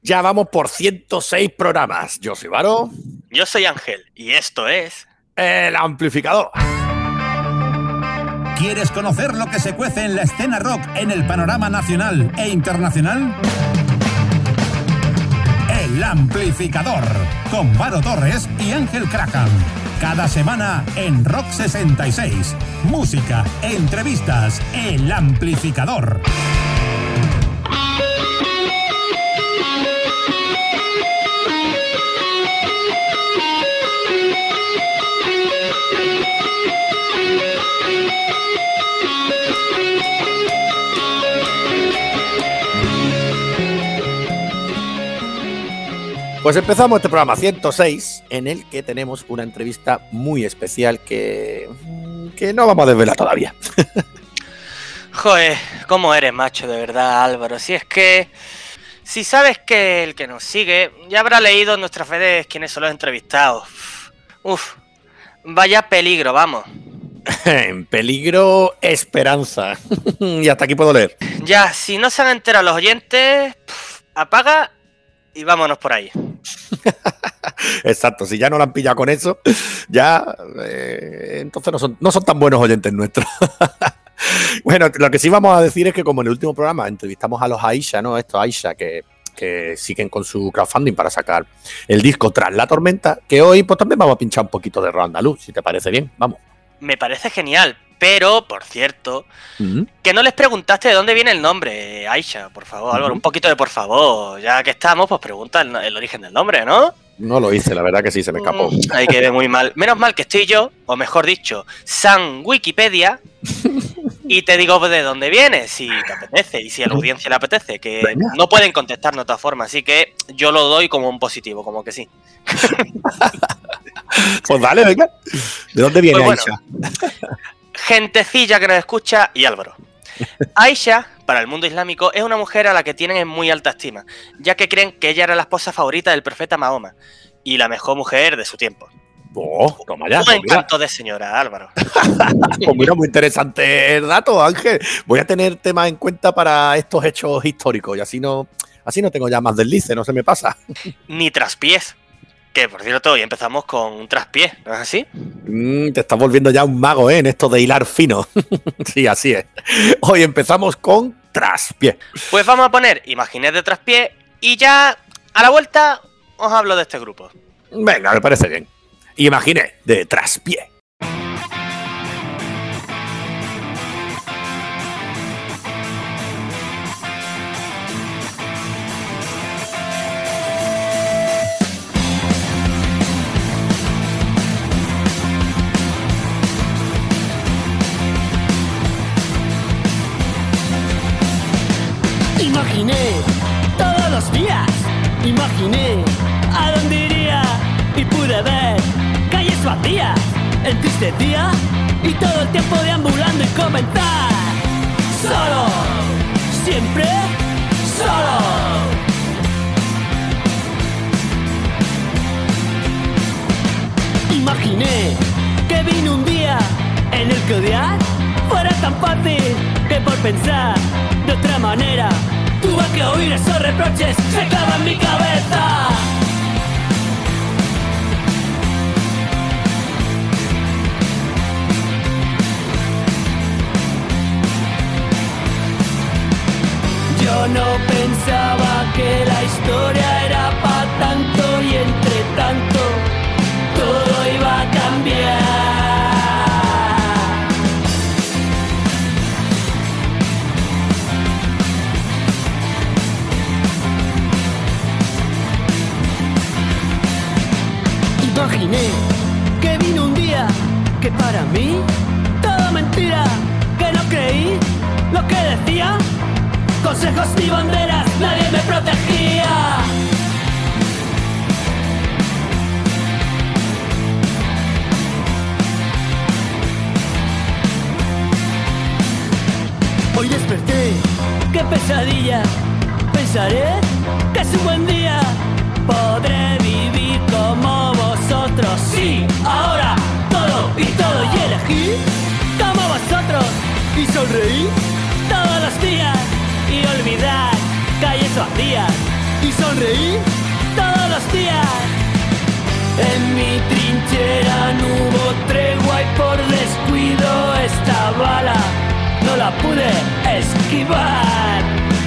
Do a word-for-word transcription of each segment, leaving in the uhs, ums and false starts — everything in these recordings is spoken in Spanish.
Ya vamos por ciento seis programas. Yo soy Varo. Yo soy Ángel y esto es... El Amplificador. ¿Quieres conocer lo que se cuece en la escena rock en el panorama nacional e internacional? El Amplificador, con Varo Torres y Ángel Crackham. Cada semana en Rock sesenta y seis. Música, entrevistas, El Amplificador. Pues empezamos este programa ciento seis, en el que tenemos una entrevista muy especial que, que no vamos a desvelar todavía. Joder, ¿cómo eres, macho? De verdad, Álvaro. Si es que... Si sabes que el que nos sigue ya habrá leído en nuestras redes quiénes son los entrevistados. Uf, vaya peligro, vamos. En peligro, esperanza. Y hasta aquí puedo leer. Ya, si no se han enterado los oyentes, pff, apaga y vámonos por ahí. Exacto, si ya no la han pillado con eso, ya eh, entonces no son, no son tan buenos oyentes nuestros. Bueno, lo que sí vamos a decir es que como en el último programa entrevistamos a los Aisha, ¿no? Estos Aisha que, que siguen con su crowdfunding para sacar el disco Tras la Tormenta, que hoy pues también vamos a pinchar un poquito de rock andaluz, si te parece bien, vamos. Me parece genial, pero, por cierto, uh-huh. que no les preguntaste de dónde viene el nombre, Aisha, por favor, Álvaro, uh-huh. un poquito de por favor, ya que estamos, pues pregunta el, el origen del nombre, ¿no? No lo hice, la verdad que sí, se me escapó. Mm, ahí quedé muy mal. Menos mal que estoy yo, o mejor dicho, San Wikipedia, y te digo de dónde viene, si te apetece, y si a la audiencia le apetece, que venga. No pueden contestarnos de otra forma, así que yo lo doy como un positivo, como que sí. Pues dale, venga. ¿De dónde viene pues Aisha? Bueno, gentecilla que nos escucha y Álvaro. Aisha, para el mundo islámico, es una mujer a la que tienen en muy alta estima, ya que creen que ella era la esposa favorita del profeta Mahoma y la mejor mujer de su tiempo. Oh, toma ya, un encanto de señora, Álvaro. Pues mira, muy interesante el dato, Ángel. Voy a tener temas en cuenta para estos hechos históricos y así no, así no tengo ya más deslice, no se me pasa. Ni traspiés. Que, por cierto, hoy empezamos con un traspié, ¿no es así? Mm, te estás volviendo ya un mago, ¿eh? En esto de hilar fino. Sí, así es. Hoy empezamos con traspié. Pues vamos a poner imágenes de traspié y ya a la vuelta os hablo de este grupo. Venga, me parece bien. Imaginé de traspié. Imaginé todos los días, imaginé a dónde iría y pude ver calles vacías, el triste día y todo el tiempo deambulando y comentar. Solo, siempre solo. Imaginé que vino un día en el que odiar fuera tan fácil que por pensar de otra manera tuve que oír esos reproches, se clavan en mi cabeza. Yo no pensaba que la historia era pa' tanto y entre tanto todo iba a cambiar. Imaginé que vino un día que para mí todo mentira, que no creí lo que decía, consejos ni banderas, nadie me protegía. Hoy desperté, qué pesadilla, pensaré que es un buen día, podré vivir como vosotros. Sí, ahora todo y todo y elegí como vosotros y sonreí todos los días y olvidar calles vacías y sonreír todos los días. En mi trinchera no hubo tregua y por descuido esta bala no la pude esquivar.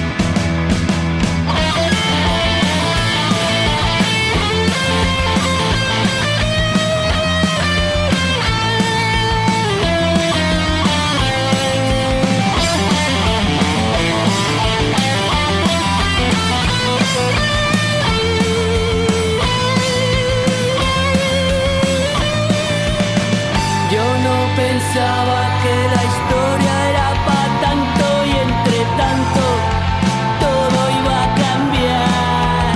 Pensaba que la historia era pa' tanto y entre tanto todo iba a cambiar.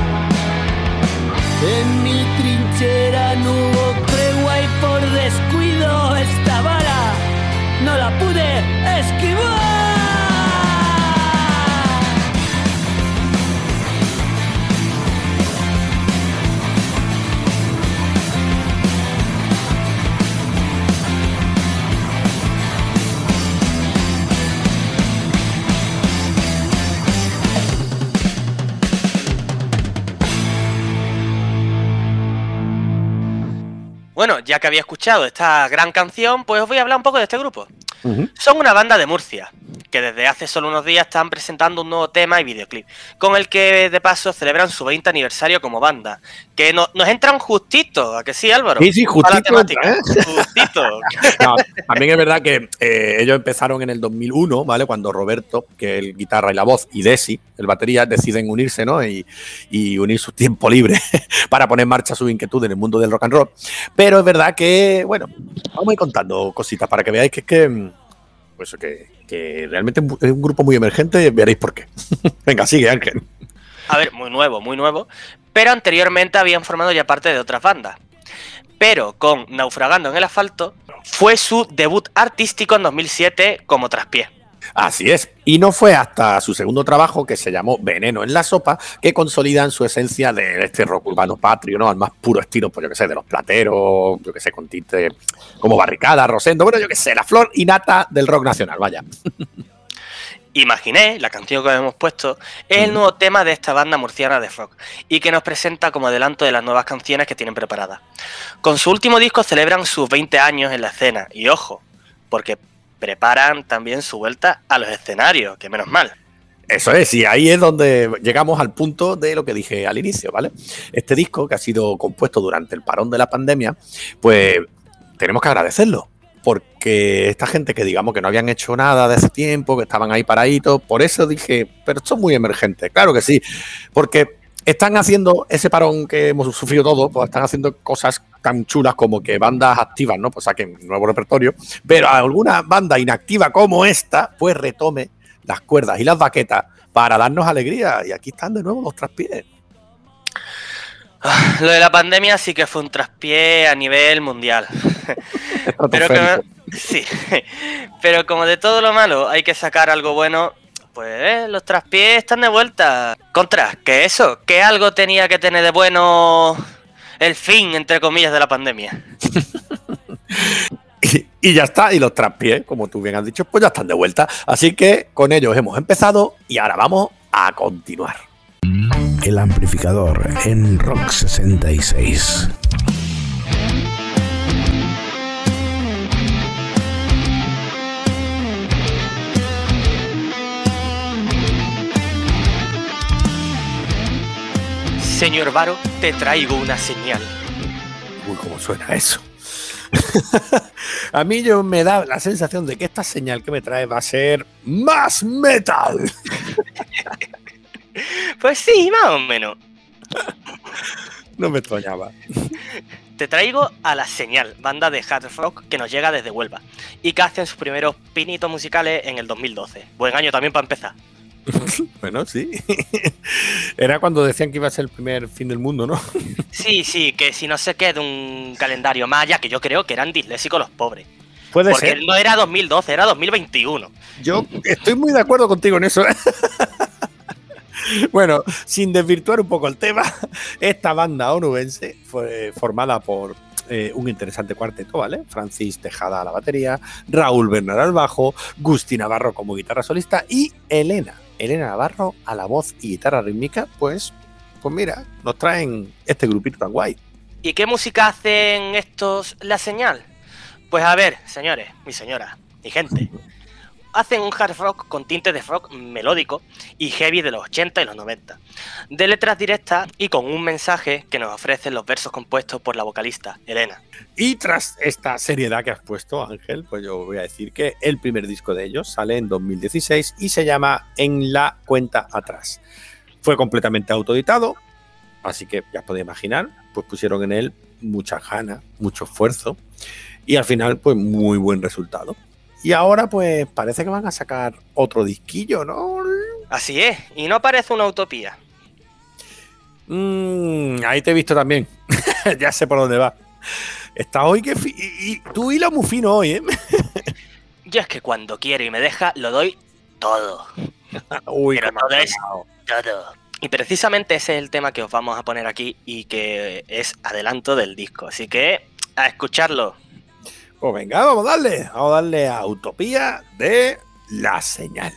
En mi trinchera no hubo tregua y por descuido esta bala no la pude esquivar. Bueno, ya que había escuchado esta gran canción, pues os voy a hablar un poco de este grupo. Uh-huh. Son una banda de Murcia, que desde hace solo unos días están presentando un nuevo tema y videoclip, con el que de paso celebran su veinte aniversario como banda. Que no, nos entran justito, ¿a que sí, Álvaro? Sí, sí, justito. Entra, ¿eh? Justito. No, también es verdad que eh, ellos empezaron en el dos mil uno, ¿vale? Cuando Roberto, que es el guitarra y la voz, y Desi, el batería, deciden unirse, ¿no? Y, y unir su tiempo libre para poner en marcha su inquietud en el mundo del rock and roll. Pero es verdad que, bueno, vamos a ir contando cositas para que veáis que es que, pues, que, que realmente es un grupo muy emergente, veréis por qué. Venga, sigue, Ángel. A ver, muy nuevo, muy nuevo, pero anteriormente habían formado ya parte de otras bandas. Pero con Naufragando en el asfalto fue su debut artístico en dos mil siete como Traspié. Así es, y no fue hasta su segundo trabajo, que se llamó Veneno en la sopa, que consolidan su esencia de este rock urbano patrio, ¿no? Al más puro estilo, pues yo que sé, de Los Plateros, yo que sé, con tinte como Barricada, Rosendo, bueno, yo que sé, la flor y nata del rock nacional, vaya. Imaginé, la canción que hemos puesto, es el nuevo tema de esta banda murciana de rock y que nos presenta como adelanto de las nuevas canciones que tienen preparadas. Con su último disco celebran sus veinte años en la escena y ojo, porque preparan también su vuelta a los escenarios, que menos mal. Eso es, y ahí es donde llegamos al punto de lo que dije al inicio, ¿vale? Este disco, que ha sido compuesto durante el parón de la pandemia, pues tenemos que agradecerlo. Porque esta gente que digamos que no habían hecho nada de ese tiempo, que estaban ahí paraditos, por eso dije, pero esto es muy emergente, claro que sí, porque están haciendo ese parón que hemos sufrido todos, pues están haciendo cosas tan chulas como que bandas activas, ¿no? Pues saquen nuevo repertorio, pero alguna banda inactiva como esta, pues retome las cuerdas y las baquetas para darnos alegría, y aquí están de nuevo los Traspiés. Lo de la pandemia sí que fue un traspié a nivel mundial. Pero que, sí, pero como de todo lo malo hay que sacar algo bueno, pues eh, los traspiés están de vuelta. Contra, que eso, que algo tenía que tener de bueno el fin, entre comillas, de la pandemia. y, y ya está, y los Traspiés, como tú bien has dicho, pues ya están de vuelta. Así que con ellos hemos empezado y ahora vamos a continuar. El amplificador en Rock sesenta y seis. Señor Varo, te traigo una señal. Uy, ¿cómo suena eso? A mí yo me da la sensación de que esta señal que me trae va a ser más metal. Pues sí, más o menos. No me extrañaba. Te traigo a La Señal, banda de hard rock que nos llega desde Huelva y que hacen sus primeros pinitos musicales en el dos mil doce. Buen año también para empezar. Bueno, sí. Era cuando decían que iba a ser el primer fin del mundo, ¿no? Sí, sí, que si no sé qué de un calendario maya, que yo creo que eran disléxicos los pobres. Puede Porque ser. no era dos mil doce, era dos mil veintiuno. Yo estoy muy de acuerdo contigo en eso. Bueno, sin desvirtuar un poco el tema, esta banda onubense fue formada por eh, un interesante cuarteto, ¿vale? Francis Tejada a la batería, Raúl Bernal al bajo, Gusti Navarro como guitarra solista y Elena Elena Navarro a la voz y guitarra rítmica, pues, pues mira, nos traen este grupito tan guay. ¿Y qué música hacen estos La Señal? Pues a ver, señores, mi señora, mi gente, hacen un hard rock con tintes de rock melódico y heavy de los ochenta y los noventa, de letras directas y con un mensaje que nos ofrecen los versos compuestos por la vocalista, Elena. Y tras esta seriedad que has puesto, Ángel, pues yo voy a decir que el primer disco de ellos sale en dos mil dieciséis y se llama En la cuenta atrás. Fue completamente autoeditado, así que ya os podéis imaginar, pues pusieron en él mucha ganas, mucho esfuerzo y al final pues muy buen resultado. Y ahora pues parece que van a sacar otro disquillo, ¿no? Así es, y no parece una utopía. Mm, ahí te he visto también, ya sé por dónde va. Está hoy que... Fi y, y tú hilas muy fino hoy, ¿eh? Yo es que cuando quiero y me deja, lo doy todo. Uy, pero todo es todo. Y precisamente ese es el tema que os vamos a poner aquí y que es adelanto del disco. Así que a escucharlo. Pues venga, vamos a darle. Vamos a darle a Utopía de La Señal.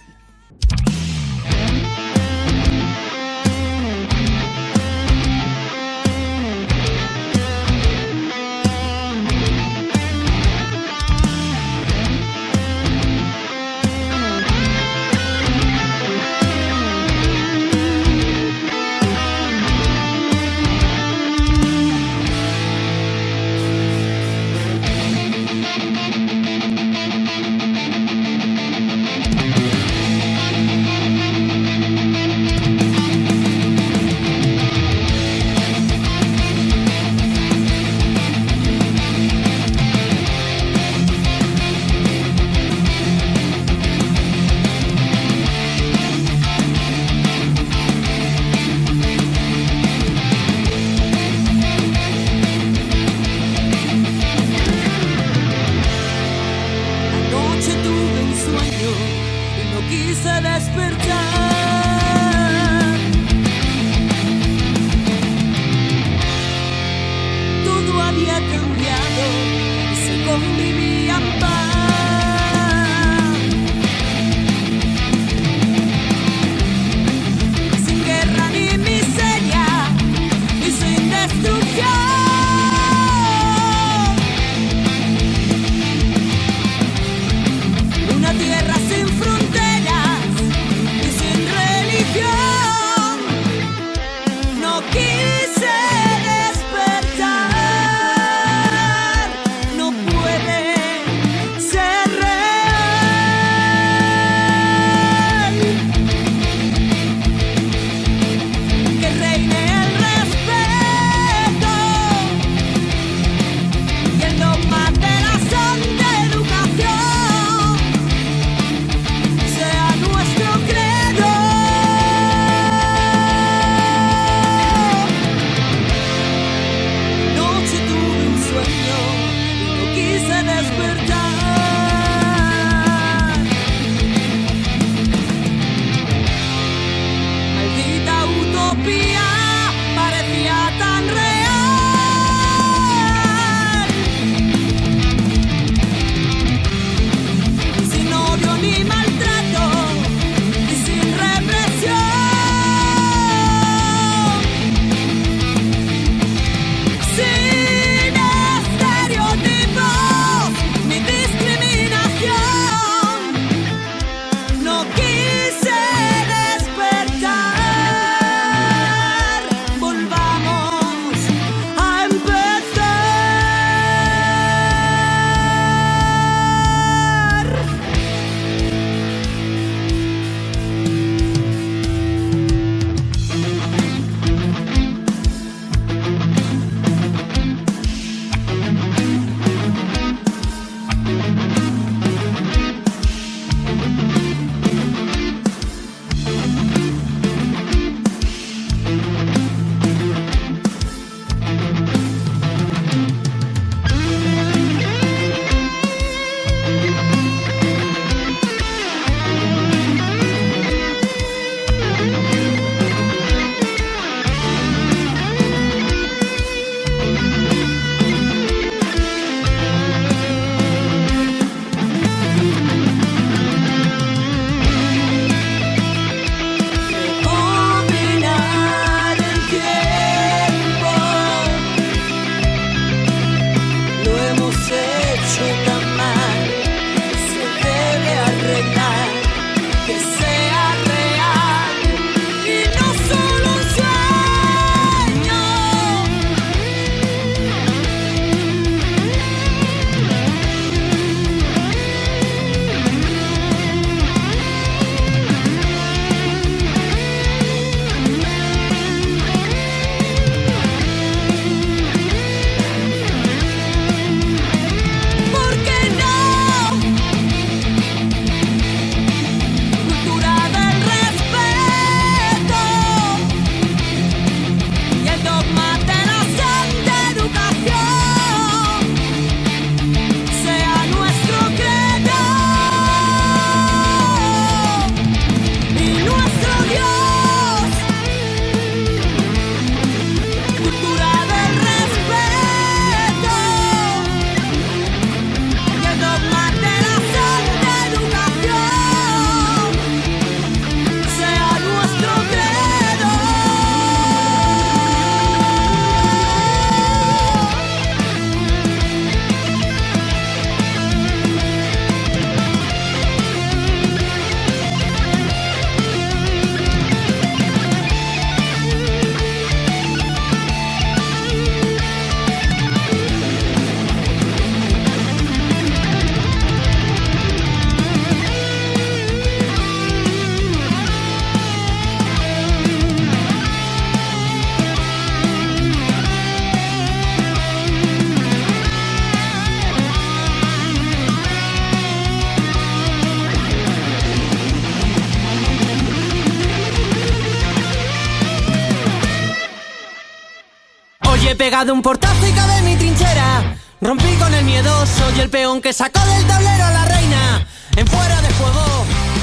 Hoy he pegado un portazo y cabe en mi trinchera. Rompí con el miedoso y el peón que sacó del tablero a la reina en fuera de juego.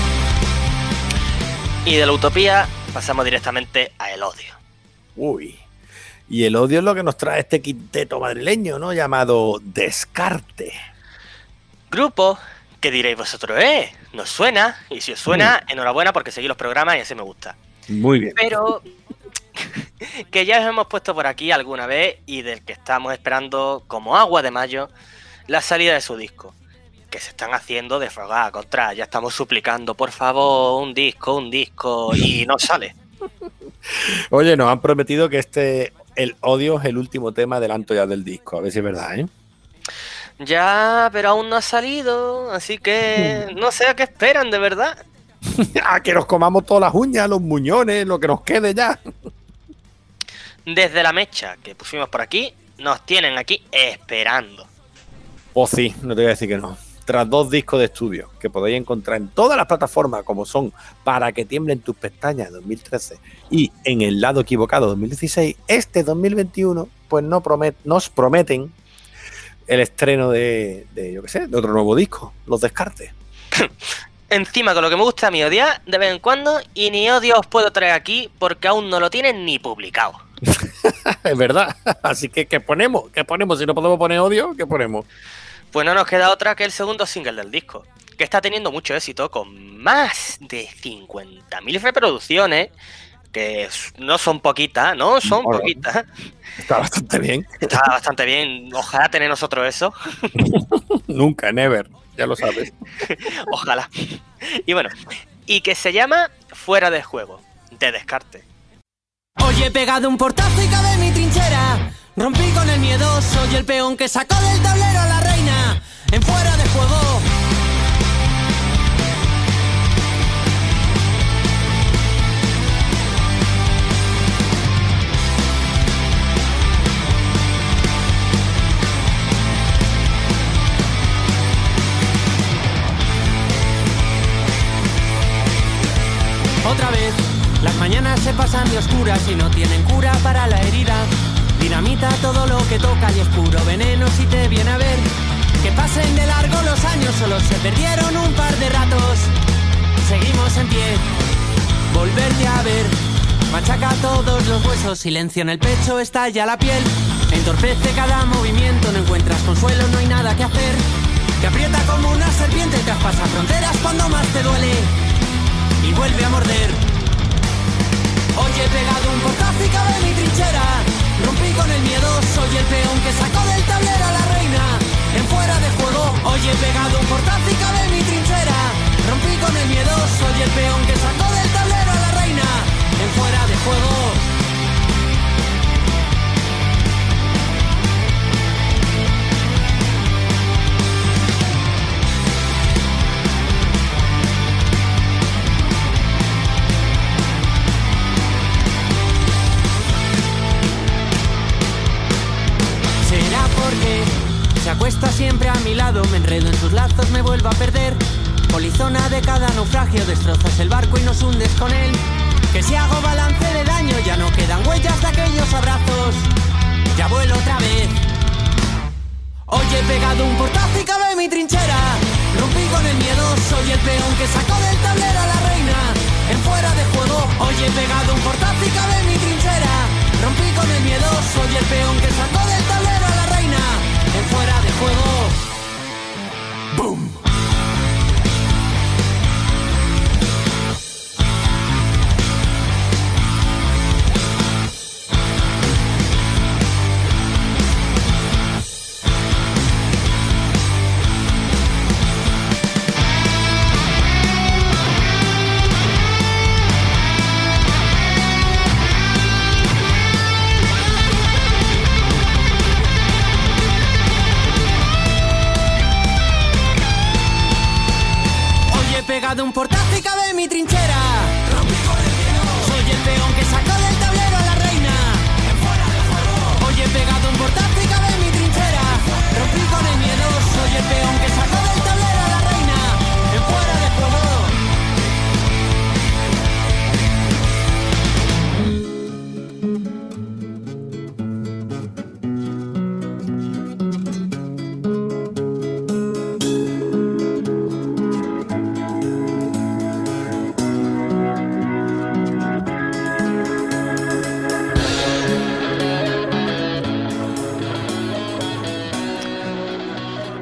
Y de la utopía pasamos directamente a el odio. Uy. Y el odio es lo que nos trae este quinteto madrileño, ¿no? Llamado Descarte. Grupo que diréis vosotros, eh, nos suena. Y si os suena, mm. enhorabuena porque seguís los programas y así me gusta. Muy bien. Pero que ya os hemos puesto por aquí alguna vez y del que estamos esperando como agua de mayo la salida de su disco. Que se están haciendo de frogar contra. Ya estamos suplicando, por favor, un disco, un disco. Y no sale. Oye, nos han prometido que este, el odio, es el último tema adelanto ya del disco. A ver si es verdad, ¿eh? Ya, pero aún no ha salido. Así que no sé a qué esperan, de verdad. A que nos comamos todas las uñas, los muñones, lo que nos quede ya. Desde la mecha que pusimos por aquí, nos tienen aquí esperando. Pues sí, no te voy a decir que no. Tras dos discos de estudio que podéis encontrar en todas las plataformas como son Para que tiemblen tus pestañas dos mil trece y En el lado equivocado dos mil dieciséis, este dos mil veintiuno pues no promet, nos prometen el estreno de, de, yo qué sé, de otro nuevo disco, Los Descartes. Encima con lo que me gusta a mí odiar de vez en cuando y ni odio os puedo traer aquí porque aún no lo tienen ni publicado. Es verdad, así que ¿qué ponemos? ¿Qué ponemos? Si no podemos poner odio, ¿qué ponemos? Pues no nos queda otra que el segundo single del disco, que está teniendo mucho éxito con más de cincuenta mil reproducciones, que no son poquitas, no son bueno, poquitas. Está bastante bien. Está bastante bien, ojalá tener nosotros eso. Nunca, never, ya lo sabes. Ojalá. Y bueno, y que se llama Fuera de Juego, de Descarte. Hoy he pegado un portazo y cabe en mi trinchera. Rompí con el miedoso y el peón que sacó del tablero a la reina en fuera de juego. Otra vez, las mañanas se pasan de oscuras y no tienen cura para la herida. Dinamita todo lo que toca y es puro veneno si te viene a ver. Que pasen de largo los años, solo se perdieron un par de ratos. Seguimos en pie, volverte a ver. Machaca todos los huesos, silencio en el pecho, estalla la piel. Entorpece cada movimiento, no encuentras consuelo, no hay nada que hacer. Que aprieta como una serpiente, traspasa fronteras cuando más te duele y vuelve a morder. Hoy he pegado un portazo y cabe en mi trinchera. Rompí con el miedoso y el peón que sacó del tablero a la reina en fuera de juego. Hoy he pegado un portazo y cabe en mi trinchera. Rompí con el miedoso y el peón que sacó del tablero a la reina en fuera de juego. Se acuesta siempre a mi lado, me enredo en sus lazos, me vuelvo a perder. Polizona de cada naufragio, destrozas el barco y nos hundes con él. Que si hago balance de daño, ya no quedan huellas de aquellos abrazos. Ya vuelo otra vez. Hoy he pegado un portazo y cabe en mi trinchera. Rompí con el miedoso y el peón que sacó del tablero a la reina en fuera de juego. Hoy he pegado un portazo y cabe en mi trinchera. Rompí con el miedoso y el peón que sacó del tablero a la reina en fuera de juego. ¡Bum!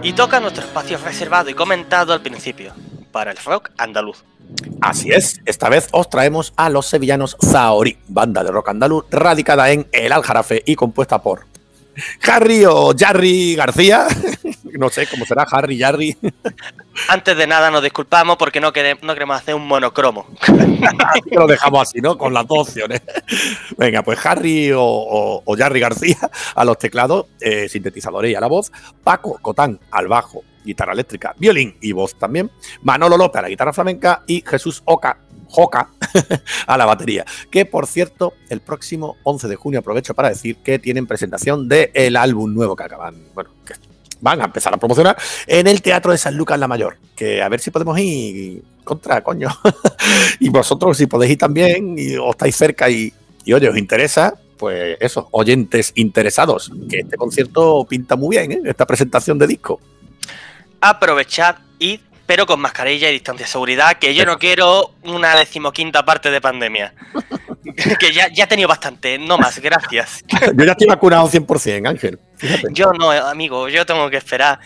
Y toca nuestro espacio reservado y comentado al principio, para el rock andaluz. Así es, esta vez os traemos a los sevillanos Zahorí, banda de rock andaluz radicada en El Aljarafe y compuesta por Harry o Jarry García, no sé cómo será, Harry, Jarry. Antes de nada nos disculpamos porque no, queremos, no queremos hacer un monocromo. Lo dejamos así, ¿no? Con las dos opciones. Venga, pues Harry o, o, o Jarry García a los teclados, eh, sintetizadores y a la voz, Paco Cotán al bajo, guitarra eléctrica, violín y voz también, Manolo López a la guitarra flamenca y Jesús Oca, Joca a la batería. Que, por cierto, el próximo once de junio aprovecho para decir que tienen presentación del álbum nuevo que acaban, bueno, que van a empezar a promocionar en el Teatro de San Lucas la Mayor. Que a ver si podemos ir contra, coño. Y vosotros, si podéis ir también y os estáis cerca y, y oye, os interesa, pues eso, oyentes interesados, que este concierto pinta muy bien, ¿eh? Esta presentación de disco. Aprovechad y pero con mascarilla y distancia de seguridad, que yo no quiero una decimoquinta parte de pandemia. Que ya, ya he tenido bastante, no más, gracias. Yo ya estoy vacunado cien por ciento, Ángel. Fíjate. Yo no, amigo, yo tengo que esperar.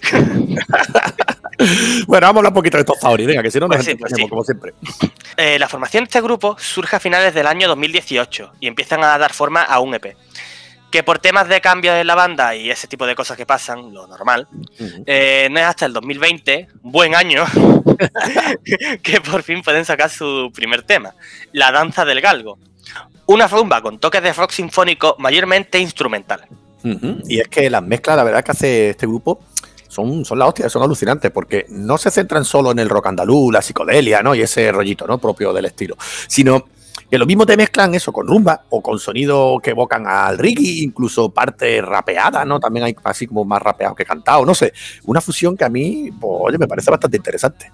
Bueno, vamos a hablar un poquito de estos Zahorí, venga, que si no nos Pues sí, entendemos, pues sí. como siempre. Eh, la formación de este grupo surge a finales del año dos mil dieciocho y empiezan a dar forma a un E P. Que por temas de cambios en la banda y ese tipo de cosas que pasan, lo normal, uh-huh. eh, no es hasta el dos mil veinte, buen año, que por fin pueden sacar su primer tema, La Danza del Galgo. Una rumba con toques de rock sinfónico mayormente instrumental. Uh-huh. Y es que las mezclas, la verdad que hace este grupo son, son la hostia, son alucinantes, porque no se centran solo en el rock andaluz, la psicodelia, ¿no? Y ese rollito, ¿no? Propio del estilo, sino que lo mismo te mezclan eso con rumba o con sonidos que evocan al reggae, incluso parte rapeada, ¿no? También hay así como más rapeado que cantado, no sé. Una fusión que a mí, pues, oye, me parece bastante interesante.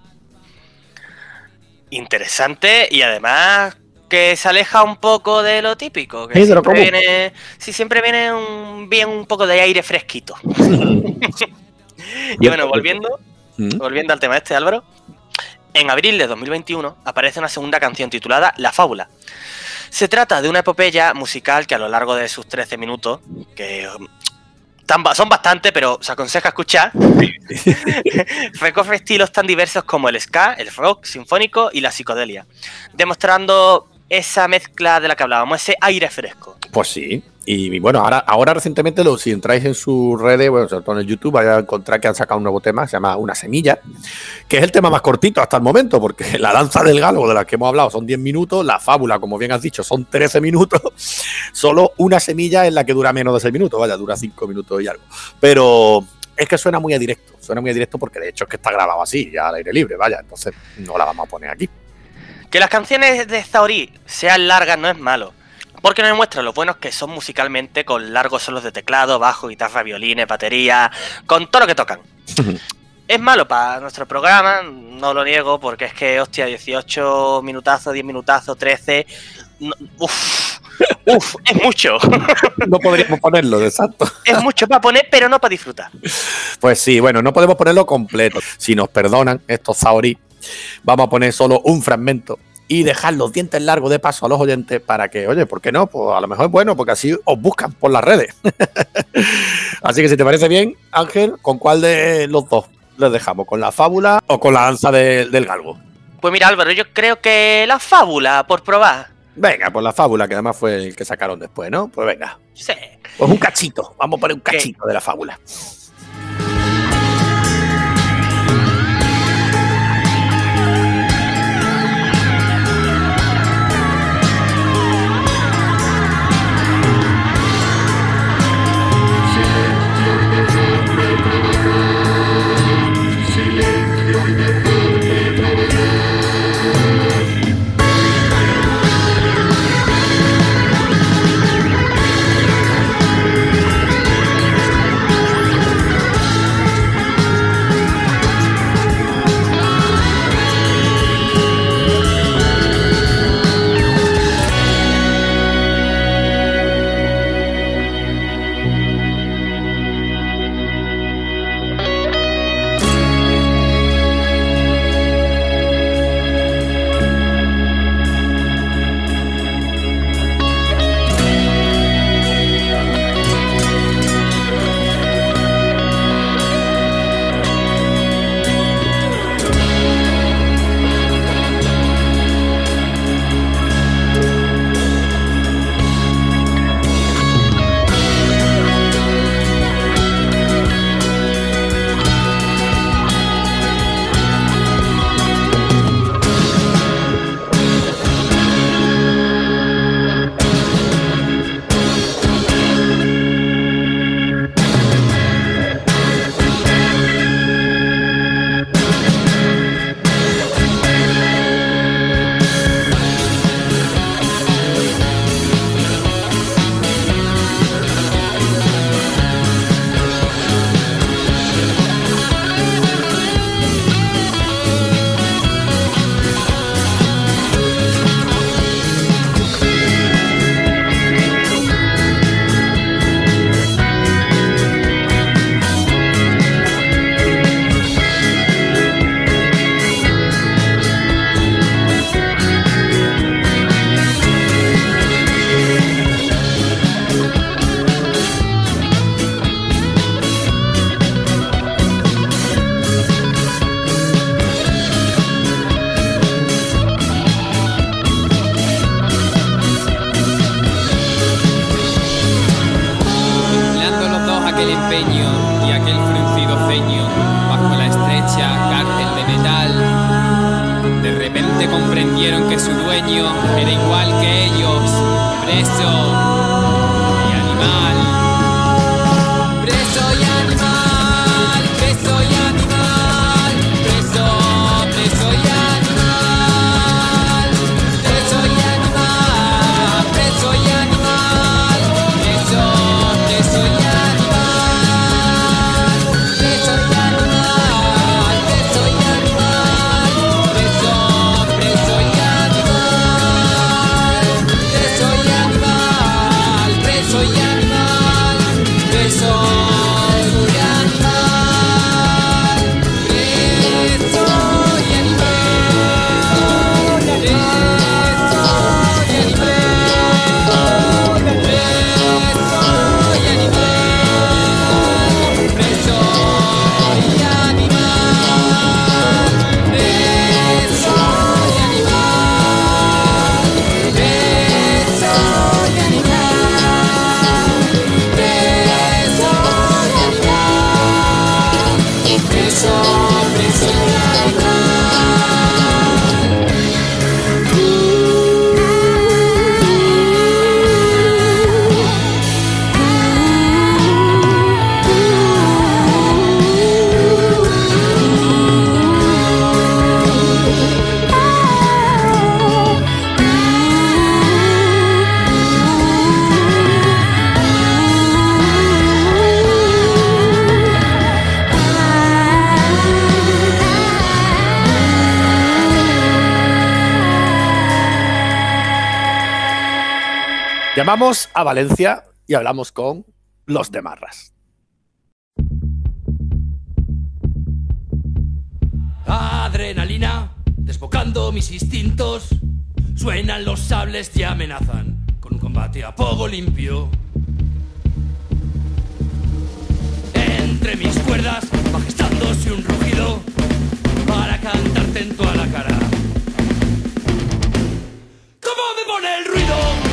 Interesante y además que se aleja un poco de lo típico. Que sí, siempre viene, sí, siempre viene un, bien un poco de aire fresquito. Y bueno, volviendo, ¿Mm? volviendo al tema este, Álvaro. En abril de dos mil veintiuno aparece una segunda canción titulada La Fábula. Se trata de una epopeya musical que a lo largo de sus trece minutos, que son bastante, pero se aconseja escuchar, recorre estilos tan diversos como el ska, el rock sinfónico y la psicodelia, demostrando esa mezcla de la que hablábamos, ese aire fresco. Pues sí. Y bueno, ahora, ahora recientemente, lo, si entráis en sus redes, bueno, sobre todo en el YouTube, vais a encontrar que han sacado un nuevo tema, se llama Una Semilla, que es el tema más cortito hasta el momento, porque La Danza del Galgo, de la que hemos hablado, son diez minutos, La Fábula, como bien has dicho, son trece minutos, solo Una Semilla es la que dura menos de seis minutos, vaya, dura cinco minutos y algo. Pero es que suena muy a directo, suena muy a directo porque de hecho es que está grabado así, ya al aire libre, vaya, entonces no la vamos a poner aquí. Que las canciones de Zahorí sean largas no es malo, porque nos muestra lo buenos que son musicalmente, con largos solos de teclado, bajo, guitarra, violines, batería, con todo lo que tocan. Es malo para nuestro programa, no lo niego, porque es que, hostia, dieciocho minutazos, diez minutazos, trece... No, uff, uff, es mucho. No podríamos ponerlo, exacto. Es mucho para poner, pero no para disfrutar. Pues sí, bueno, no podemos ponerlo completo. Si nos perdonan estos Zahorí, vamos a poner solo un fragmento y dejar los dientes largos de paso a los oyentes para que, oye, ¿por qué no? Pues a lo mejor es bueno, porque así os buscan por las redes. Así que si te parece bien, Ángel, ¿con cuál de los dos les dejamos? ¿Con La Fábula o con La Danza de, del Galgo? Pues mira, Álvaro, yo creo que La Fábula, por probar. Venga, pues La Fábula, que además fue el que sacaron después, ¿no? Pues venga. Sí. Pues un cachito, vamos a poner un cachito ¿Qué? de La Fábula. empeño y aquel fruncido ceño bajo la estrecha cárcel de metal. De repente comprendieron que su dueño era igual que ellos, preso y animal. Preso y animal, preso y animal, preso, preso y animal, preso y animal, preso y animal, preso, preso y animal, preso y animal, preso y animal, preso, preso y animal, preso y animal, preso y animal, preso. Llamamos a Valencia y hablamos con los de Marras. Adrenalina, desbocando mis instintos, suenan los sables y amenazan con un combate a fuego limpio. Entre mis cuerdas va gestándose un rugido para cantarte en toda la cara. ¿Cómo me pone el ruido?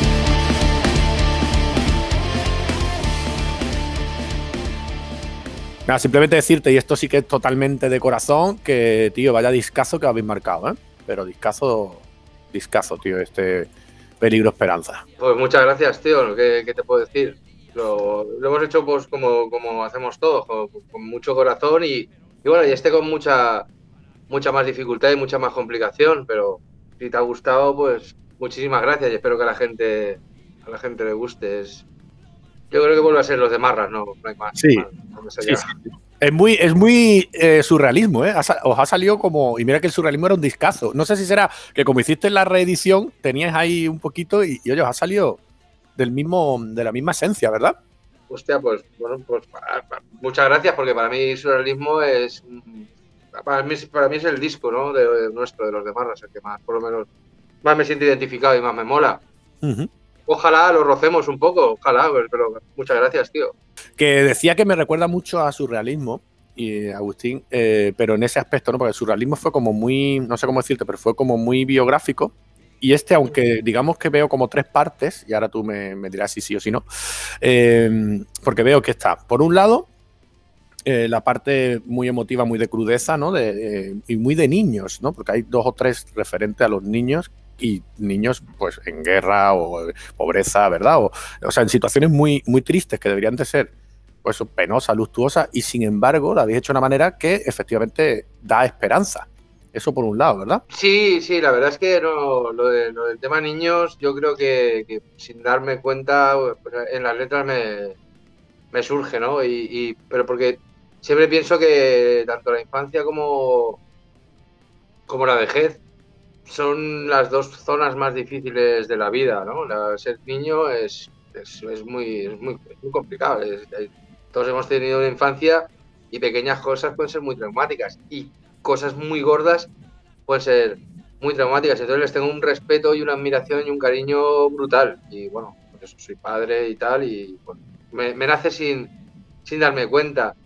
Nada, simplemente decirte, y esto sí que es totalmente de corazón, que, tío, vaya discazo que habéis marcado, ¿eh? Pero discazo, discazo, tío, este Peligro Esperanza. Pues muchas gracias, tío, ¿qué, qué te puedo decir? Lo, lo hemos hecho pues como, como hacemos todos, con, con mucho corazón y, y bueno, y este con mucha, mucha más dificultad y mucha más complicación, pero si te ha gustado, pues muchísimas gracias y espero que a la gente, a la gente le guste. Es, yo creo que vuelve a ser los de Marras, no, no hay más. Sí, más, no sé sí, sí. Es muy, es muy eh, surrealismo, ¿eh? Os ha salido como... Y mira que el surrealismo era un discazo. No sé si será que como hiciste la reedición, teníais ahí un poquito y, y oye, os ha salido del mismo, de la misma esencia, ¿verdad? Hostia, pues bueno, pues para, para, muchas gracias, porque para mí surrealismo es... Para mí, para mí es el disco, ¿no? De, de nuestro, de los de Marras, el que más, por lo menos, más me siento identificado y más me mola. Uh-huh. Ojalá lo rocemos un poco, ojalá, pero muchas gracias, tío. Que decía que me recuerda mucho a surrealismo, y Agustín, eh, pero en ese aspecto, ¿no? Porque el surrealismo fue como muy, no sé cómo decirte, pero fue como muy biográfico. Y este, aunque digamos que veo como tres partes, y ahora tú me, me dirás si sí o si no, eh, porque veo que está, por un lado, eh, la parte muy emotiva, muy de crudeza, ¿no? De, eh, y muy de niños, ¿no? Porque hay dos o tres referentes a los niños y niños pues en guerra o pobreza, ¿verdad? O, o sea, en situaciones muy, muy tristes que deberían de ser pues penosas, luctuosas, y sin embargo lo habéis hecho de una manera que efectivamente da esperanza. Eso por un lado, ¿verdad? Sí, sí, la verdad es que no, lo, de, lo del tema niños, yo creo que, que sin darme cuenta, pues en las letras me, me surge, ¿no? Y, y, pero porque siempre pienso que tanto la infancia como, como la vejez son las dos zonas más difíciles de la vida, ¿no? La, ser niño es, es, es, muy, es, muy, es muy complicado. Es, es, todos hemos tenido una infancia y pequeñas cosas pueden ser muy traumáticas y cosas muy gordas pueden ser muy traumáticas. Entonces les tengo un respeto y una admiración y un cariño brutal. Y bueno, por eso soy padre y tal, y bueno, me, me nace sin, sin darme cuenta.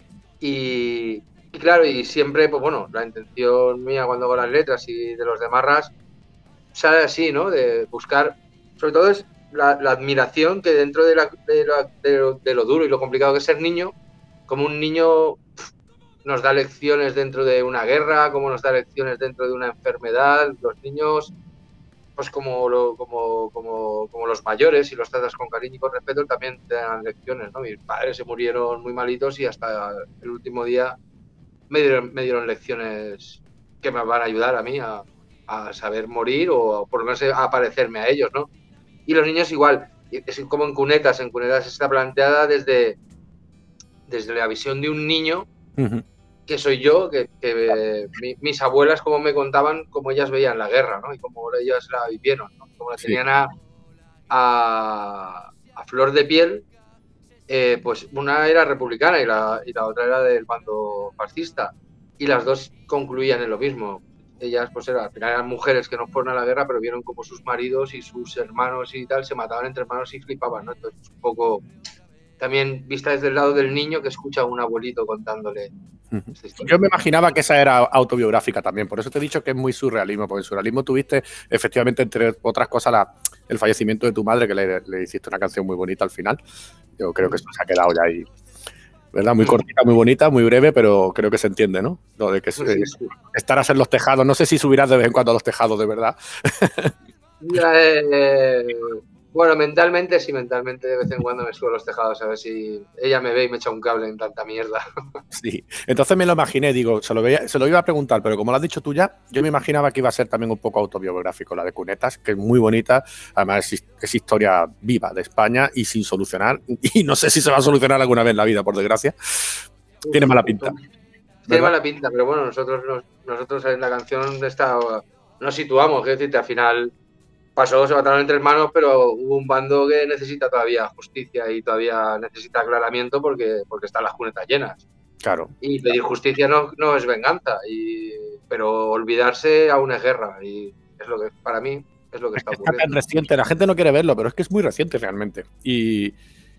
Y, y claro, y siempre, pues bueno, la intención mía cuando hago las letras y de los de Marras sale así, ¿no? De buscar, sobre todo es la, la admiración que dentro de, la, de, la, de, lo, de lo duro y lo complicado que es ser niño, como un niño nos da lecciones dentro de una guerra, como nos da lecciones dentro de una enfermedad. Los niños, pues como, lo, como, como, como los mayores, si los tratas con cariño y con respeto, también te dan lecciones, ¿no? Mis padres se murieron muy malitos y hasta el último día me dieron, me dieron lecciones que me van a ayudar a mí a, a saber morir o por lo menos a parecerme a ellos, ¿no? Y los niños igual, es como en cunetas, en cunetas está planteada desde, desde la visión de un niño, uh-huh. que soy yo, que, que eh, mi, mis abuelas como me contaban cómo ellas veían la guerra, ¿no? Y cómo ellas la vivieron, ¿no? Como la tenían sí. a, a, a flor de piel, eh, pues una era republicana y la, y la otra era del bando fascista, y las dos concluían en lo mismo. Ellas, pues era, al final eran mujeres que no fueron a la guerra, pero vieron como sus maridos y sus hermanos y tal se mataban entre hermanos y flipaban, ¿no? Entonces, un poco también vista desde el lado del niño que escucha a un abuelito contándole. Yo me imaginaba que esa era autobiográfica también, por eso te he dicho que es muy surrealismo, porque en surrealismo tuviste efectivamente, entre otras cosas, la, el fallecimiento de tu madre, que le, le hiciste una canción muy bonita al final. Yo creo que eso se ha quedado ya ahí, ¿verdad? Muy cortita, muy bonita, muy breve, pero creo que se entiende, ¿no? Lo de que sí, sí, sí. estarás en los tejados. No sé si subirás de vez en cuando a los tejados, de verdad. eh, bueno, mentalmente sí, mentalmente de vez en cuando me subo a los tejados a ver si ella me ve y me echa un cable en tanta mierda. Sí, entonces me lo imaginé, digo, se lo, veía, se lo iba a preguntar, pero como lo has dicho tú ya, yo me imaginaba que iba a ser también un poco autobiográfico, la de Cunetas, que es muy bonita, además es, es historia viva de España y sin solucionar, y no sé si se va a solucionar alguna vez en la vida, por desgracia. Tiene mala pinta. Tiene mala pinta, pero bueno, nosotros, nos, nosotros en la canción esta, nos situamos, es decir, al final pasó, se mataron entre hermanos, pero hubo un bando que necesita todavía justicia y todavía necesita aclaramiento porque, porque están las cunetas llenas. Claro. Y pedir justicia no, no es venganza, y, pero olvidarse aún es guerra, y es lo que, para mí, es lo que está ocurriendo. Es tan reciente, la gente no quiere verlo, pero es que es muy reciente realmente. Y,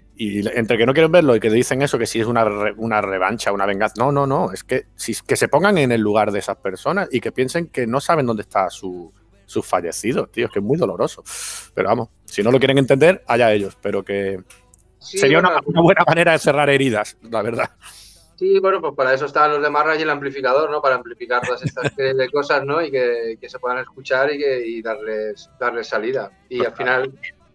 y entre que no quieren verlo y que dicen eso, que si es una, re, una revancha, una venganza, no, no, no, es que, si, que se pongan en el lugar de esas personas y que piensen que no saben dónde está su... sus fallecidos, tío, es que es muy doloroso. Pero vamos, si no lo quieren entender, allá ellos, pero que sí, sería bueno, una, una buena manera de cerrar heridas, la verdad. Sí, bueno, pues para eso estaban los de Marras y el amplificador, ¿no? Para amplificar todas estas de cosas, ¿no? Y que, que se puedan escuchar y, que, y darles, darles salida. Y pues al final,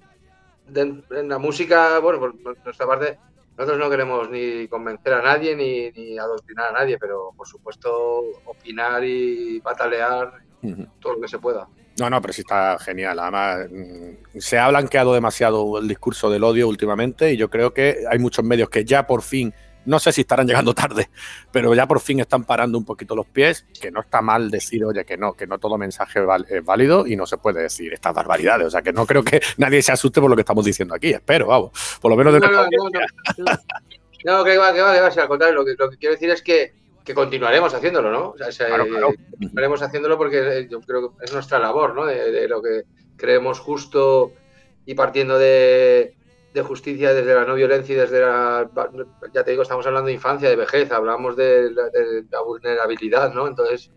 de, en la música, bueno, por nuestra parte, nosotros no queremos ni convencer a nadie ni, ni adoctrinar a nadie, pero por supuesto opinar y patalear uh-huh. todo lo que se pueda. No, no, pero sí está genial. Además, se ha blanqueado demasiado el discurso del odio últimamente y yo creo que hay muchos medios que ya por fin, no sé si estarán llegando tarde, pero ya por fin están parando un poquito los pies, que no está mal decir, oye, que no, que no todo mensaje es válido y no se puede decir estas barbaridades. O sea, que no creo que nadie se asuste por lo que estamos diciendo aquí, espero, vamos, por lo menos de no, no, no, no, no, que va, que va, que va, al contrario, lo que, lo que quiero decir es que que continuaremos haciéndolo, ¿no? O sea, claro, claro. Continuaremos haciéndolo porque yo creo que es nuestra labor, ¿no? De, de lo que creemos justo y partiendo de, de justicia desde la no violencia y desde la... Ya te digo, estamos hablando de infancia, de vejez, hablamos de la, de la vulnerabilidad, ¿no? Entonces,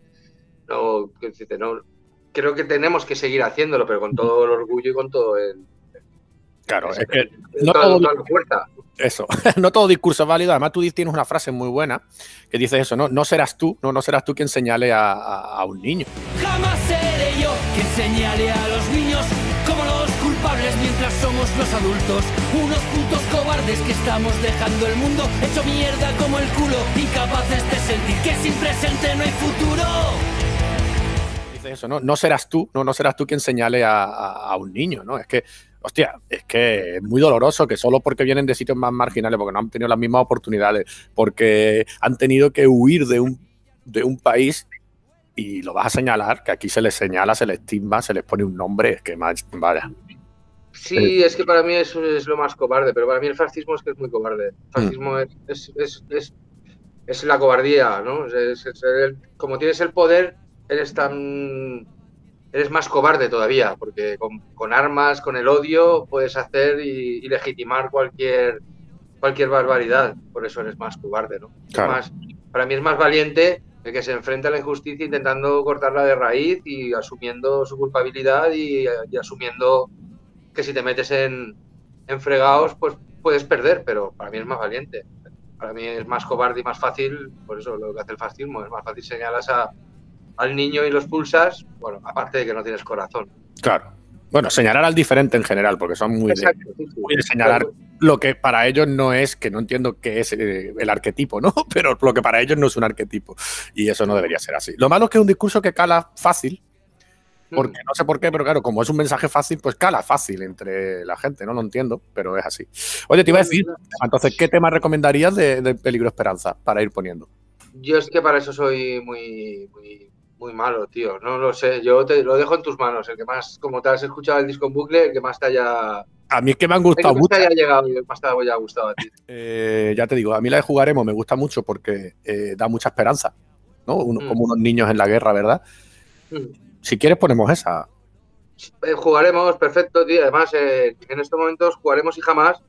no, no, creo que tenemos que seguir haciéndolo, pero con todo el orgullo y con todo el... Claro, es, es que no todo, toda la fuerza. Eso, no todo discurso es válido. Además, tú tienes una frase muy buena que dice eso, ¿no? No serás tú, no, no serás tú quien señale a, a, a un niño. Jamás seré yo quien señale a los niños como los culpables mientras somos los adultos. Unos putos cobardes que estamos dejando el mundo hecho mierda como el culo, incapaces de sentir que sin presente no hay futuro. Dice eso, ¿no? No serás tú, no, no serás tú quien señale a, a, a un niño, ¿no? Es que hostia, es que es muy doloroso que solo porque vienen de sitios más marginales, porque no han tenido las mismas oportunidades, porque han tenido que huir de un, de un país y lo vas a señalar, que aquí se les señala, se les estigma, se les pone un nombre, es que más, vaya. Sí, es que para mí eso es lo más cobarde, pero para mí el fascismo es que es muy cobarde. El fascismo mm. es, es, es, es, es la cobardía, ¿no? Es, es, es el, como tienes el poder, eres tan... eres más cobarde todavía, porque con, con armas, con el odio, puedes hacer y, y legitimar cualquier, cualquier barbaridad. Por eso eres más cobarde, ¿no? Claro. Más, para mí es más valiente el que se enfrenta a la injusticia intentando cortarla de raíz y asumiendo su culpabilidad y, y asumiendo que si te metes en, en fregados, pues puedes perder, pero para mí es más valiente. para mí es más cobarde y más fácil, por eso lo que hace el fascismo, es más fácil señalas a, al niño y lo expulsas, bueno, aparte de que no tienes corazón. Claro. Bueno, señalar al diferente en general, porque son muy, Exacto, de, sí, sí. muy de señalar claro. Lo que para ellos no es, que no entiendo qué es eh, el arquetipo, ¿no? Pero lo que para ellos no es un arquetipo. Y eso no debería ser así. Lo malo es que es un discurso que cala fácil, porque no sé por qué, pero claro, como es un mensaje fácil, pues cala fácil entre la gente, ¿no? Lo entiendo, pero es así. Oye, te iba a decir, entonces, ¿qué tema recomendarías de, de Peligro Esperanza para ir poniendo? Yo es que para eso soy muy... muy... muy malo, tío, no lo sé, yo te lo dejo en tus manos, el que más, como te has escuchado el disco en bucle, el que más te haya... A mí es que me han gustado mucho. El que más te haya llegado y el que más te haya gustado a ti. Eh, ya te digo, a mí la de Jugaremos me gusta mucho porque eh, da mucha esperanza, ¿no? Uno, mm. Como unos niños en la guerra, ¿verdad? Mm. Si quieres ponemos esa. Eh, jugaremos, perfecto, tío, además eh, en estos momentos Jugaremos y Jamás.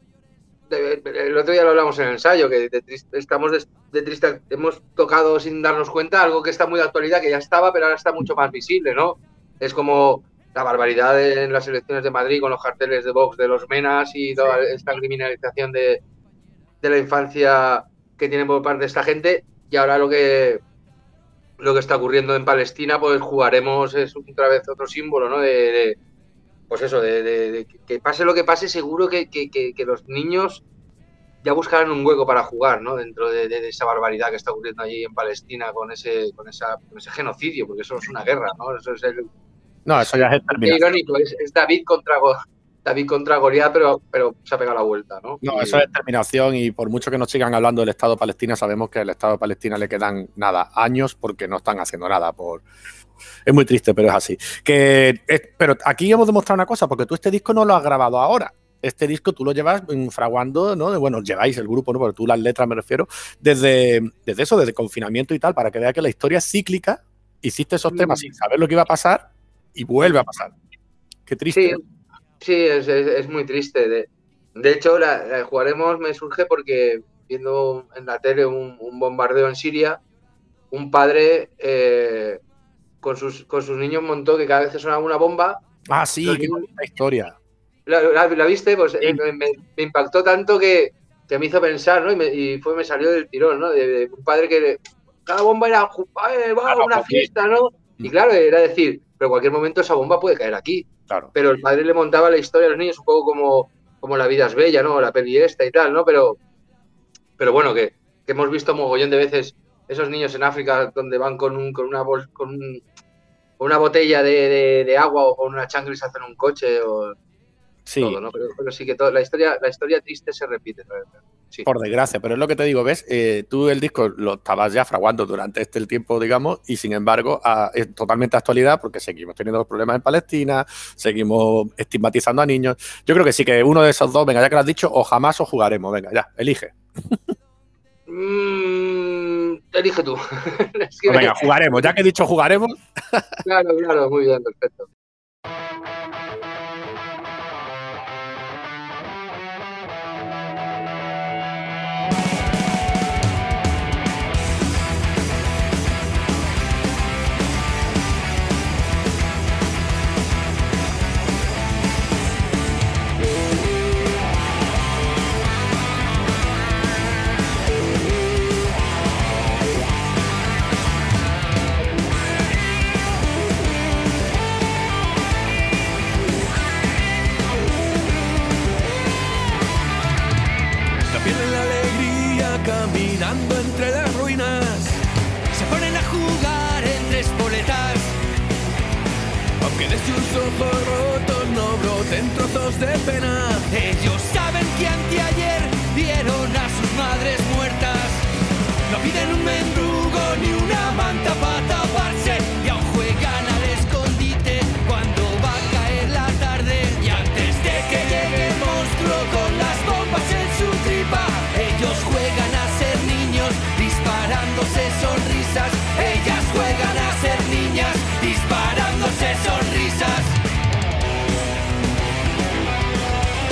El otro día lo hablamos en el ensayo, que de triste, estamos de, de triste, hemos tocado sin darnos cuenta algo que está muy de actualidad, que ya estaba, pero ahora está mucho más visible, ¿no? Es como la barbaridad en las elecciones de Madrid con los carteles de Vox, de los Menas y toda esta criminalización de, de la infancia que tienen por parte de esta gente. Y ahora lo que, lo que está ocurriendo en Palestina, pues Jugaremos es otra vez otro símbolo, ¿no? De, de pues eso, de, de, de que pase lo que pase, seguro que, que, que, que los niños ya buscarán un hueco para jugar, ¿no? Dentro de, de, de esa barbaridad que está ocurriendo allí en Palestina con ese, con esa, con ese genocidio, porque eso es una guerra, ¿no? Eso es el, no, eso ya es el irónico, es, es David contra David contra Goliat, pero, pero se ha pegado la vuelta, ¿no? No, y, eso es terminación, y por mucho que nos sigan hablando del Estado de Palestina, sabemos que al Estado de Palestina le quedan nada, años, porque no están haciendo nada por... Es muy triste, pero es así. Que es, pero aquí hemos demostrado una cosa, porque tú este disco no lo has grabado ahora. Este disco tú lo llevas fraguando, ¿no? Bueno, lleváis el grupo, ¿no? Porque tú las letras me refiero, desde, desde eso, desde confinamiento y tal, para que vea que la historia es cíclica. Hiciste esos temas sin saber lo que iba a pasar y vuelve a pasar. Qué triste. Sí, sí es, es, es muy triste. De, de hecho, la, la Jugaremos me surge porque viendo en la tele un, un bombardeo en Siria, un padre... Eh, Con sus, con sus niños montó que cada vez que sonaba una bomba... Ah, sí, qué bonita historia. ¿La, la, la viste? Pues sí. me, me, me impactó tanto que, que me hizo pensar, ¿no? Y, me, y fue, me salió del tirón, ¿no? De, de un padre que... Cada bomba era eh, va, claro, una fiesta, ¿no? Y claro, era decir, pero en cualquier momento esa bomba puede caer aquí. Claro. Pero el padre le montaba la historia a los niños un poco como, como La vida es bella, ¿no? La peli esta y tal, ¿no? Pero, pero bueno, que, que hemos visto mogollón de veces esos niños en África donde van con, un, con una bol, con un, una botella de, de, de agua o con una chancla y se hacen un coche o sí. Todo, ¿no? Pero, pero sí que todo, la historia la historia triste se repite. Sí. Por desgracia, pero es lo que te digo, ¿ves? Eh, tú el disco lo estabas ya fraguando durante este el tiempo, digamos, y sin embargo a, es totalmente actualidad porque seguimos teniendo problemas en Palestina, seguimos estigmatizando a niños. Yo creo que sí que uno de esos dos, venga, ya que lo has dicho, o Jamás o Jugaremos, venga, ya, elige. Mm, elige tú. Es que pues venga, Jugaremos, ya que he dicho Jugaremos. Claro, claro, muy bien, perfecto. Caminando entre las ruinas, se ponen a jugar entre espoletas. Aunque de sus ojos rotos no broten trozos de pena, ellos saben que anteayer vieron a sus madres muertas. No piden un mendrugo ni una manta para taparse, y aún juegan al escondite cuando va a caer la tarde. Y antes de que llegue el monstruo con las bombas en su tripa, ellos juegan a ser niños disparándose sonrisas. Ellas juegan a ser niñas disparándose sonrisas.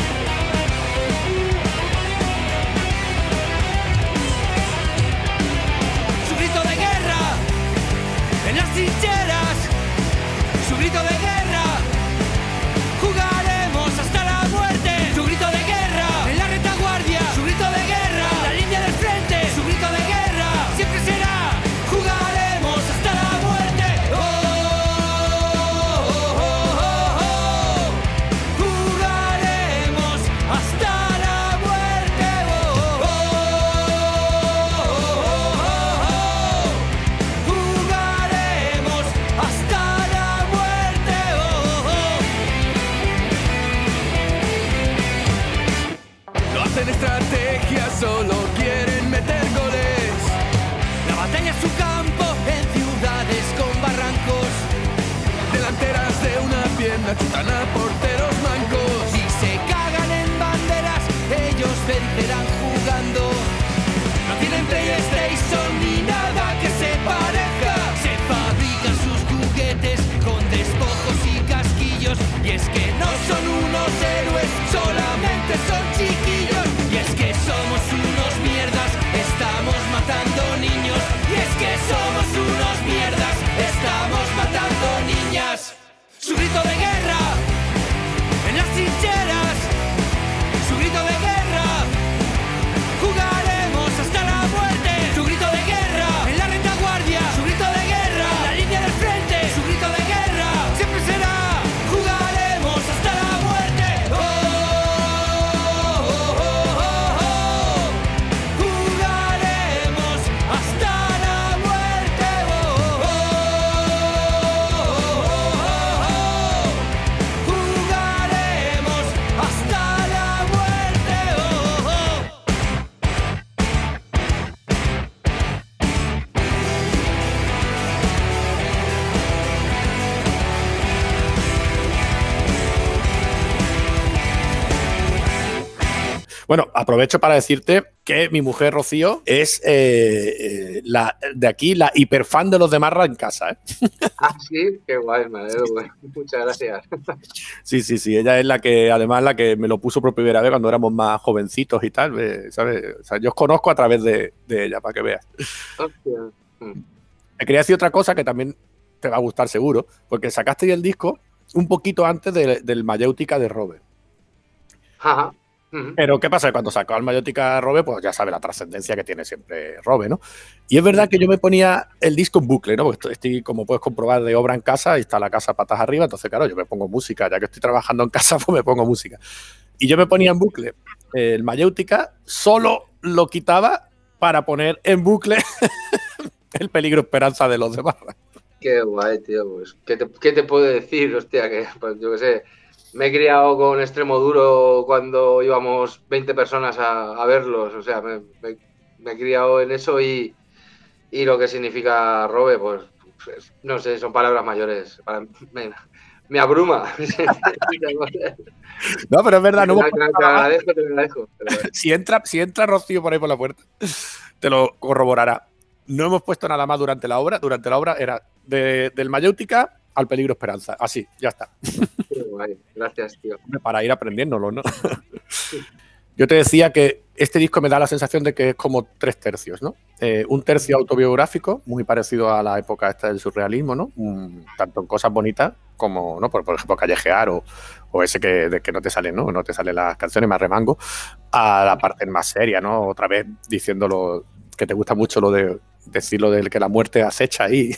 hacen estrategias, solo quieren meter goles. La batalla es su campo en ciudades con barrancos. Delanteras de una pierna chutan a porteros mancos. Si se cagan en banderas, ellos vencerán jugando. No tienen PlayStation ni nada que se parezca. Se fabrican sus juguetes con despojos y casquillos. Y es que no son unos héroes, solamente son chiquillos. Y es que somos unos mierdas, estamos matando niños. Y es que somos unos mierdas, estamos matando niñas. Su grito de guerra en las trincheras, su grito de guerra, jugaremos hasta la muerte. Su grito de guerra en la retaguardia, su grito de guerra en la línea del frente, su grito de guerra siempre será, jugaremos hasta la muerte. Oh, oh, oh, oh, oh, oh. Jugaremos hasta la muerte. Oh, oh, oh, oh, oh, oh. Jugaremos hasta la muerte. Oh, oh. Bueno, aprovecho para decirte que mi mujer Rocío es eh, eh, la, de aquí la hiperfan de los de Marra en casa, ¿eh? Ah, sí, qué guay, me alegro, güey. Muchas gracias. Sí, sí, sí. Ella es la que, además, la que me lo puso por primera vez cuando éramos más jovencitos y tal, eh, ¿sabes? O sea, yo os conozco a través de, de ella, para que veas. Hostia. Mm. Te quería decir otra cosa que también te va a gustar seguro, porque sacaste el disco un poquito antes de, del Mayéutica de Robe. Ajá. Mm. Pero ¿qué pasa? Cuando sacó al Mayéutica Robe, pues ya sabe la trascendencia que tiene siempre Robe, ¿no? Y es verdad que yo me ponía el disco en bucle, ¿no? Porque estoy, estoy, como puedes comprobar, de obra en casa y está la casa patas arriba, entonces claro, yo me pongo música, ya que estoy trabajando en casa, pues me pongo música. Y yo me ponía en bucle eh, el Mayéutica, solo lo quitaba para poner en bucle el Peligro Esperanza de los demás. Qué guay, tío. Pues, ¿qué te, qué te puedo decir? Hostia, que pues, yo qué sé. Me he criado con Extremo Duro cuando íbamos veinte personas a, a verlos. O sea, me, me, me he criado en eso y, y lo que significa Robe, pues, pues no sé, son palabras mayores. Para, me, me abruma. No, pero es verdad. No te, te, te agradezco, te agradezco. Si entra, si entra Rocío por ahí por la puerta, te lo corroborará. No hemos puesto nada más durante la obra. Durante la obra era de, del Mayéutica al Peligro Esperanza. Así, ya está. Qué guay. Gracias, tío. Para ir aprendiéndolo, ¿no? Yo te decía que este disco me da la sensación de que es como tres tercios, ¿no? Eh, un tercio autobiográfico, muy parecido a la época esta del surrealismo, ¿no? Um, tanto en cosas bonitas como, ¿no? Por, por ejemplo, Callejear o, o ese que, de que no te salen, ¿no? No te salen las canciones, más remango, a la parte más seria, ¿no? Otra vez diciéndolo, que te gusta mucho lo de decirlo de que la muerte acecha ahí.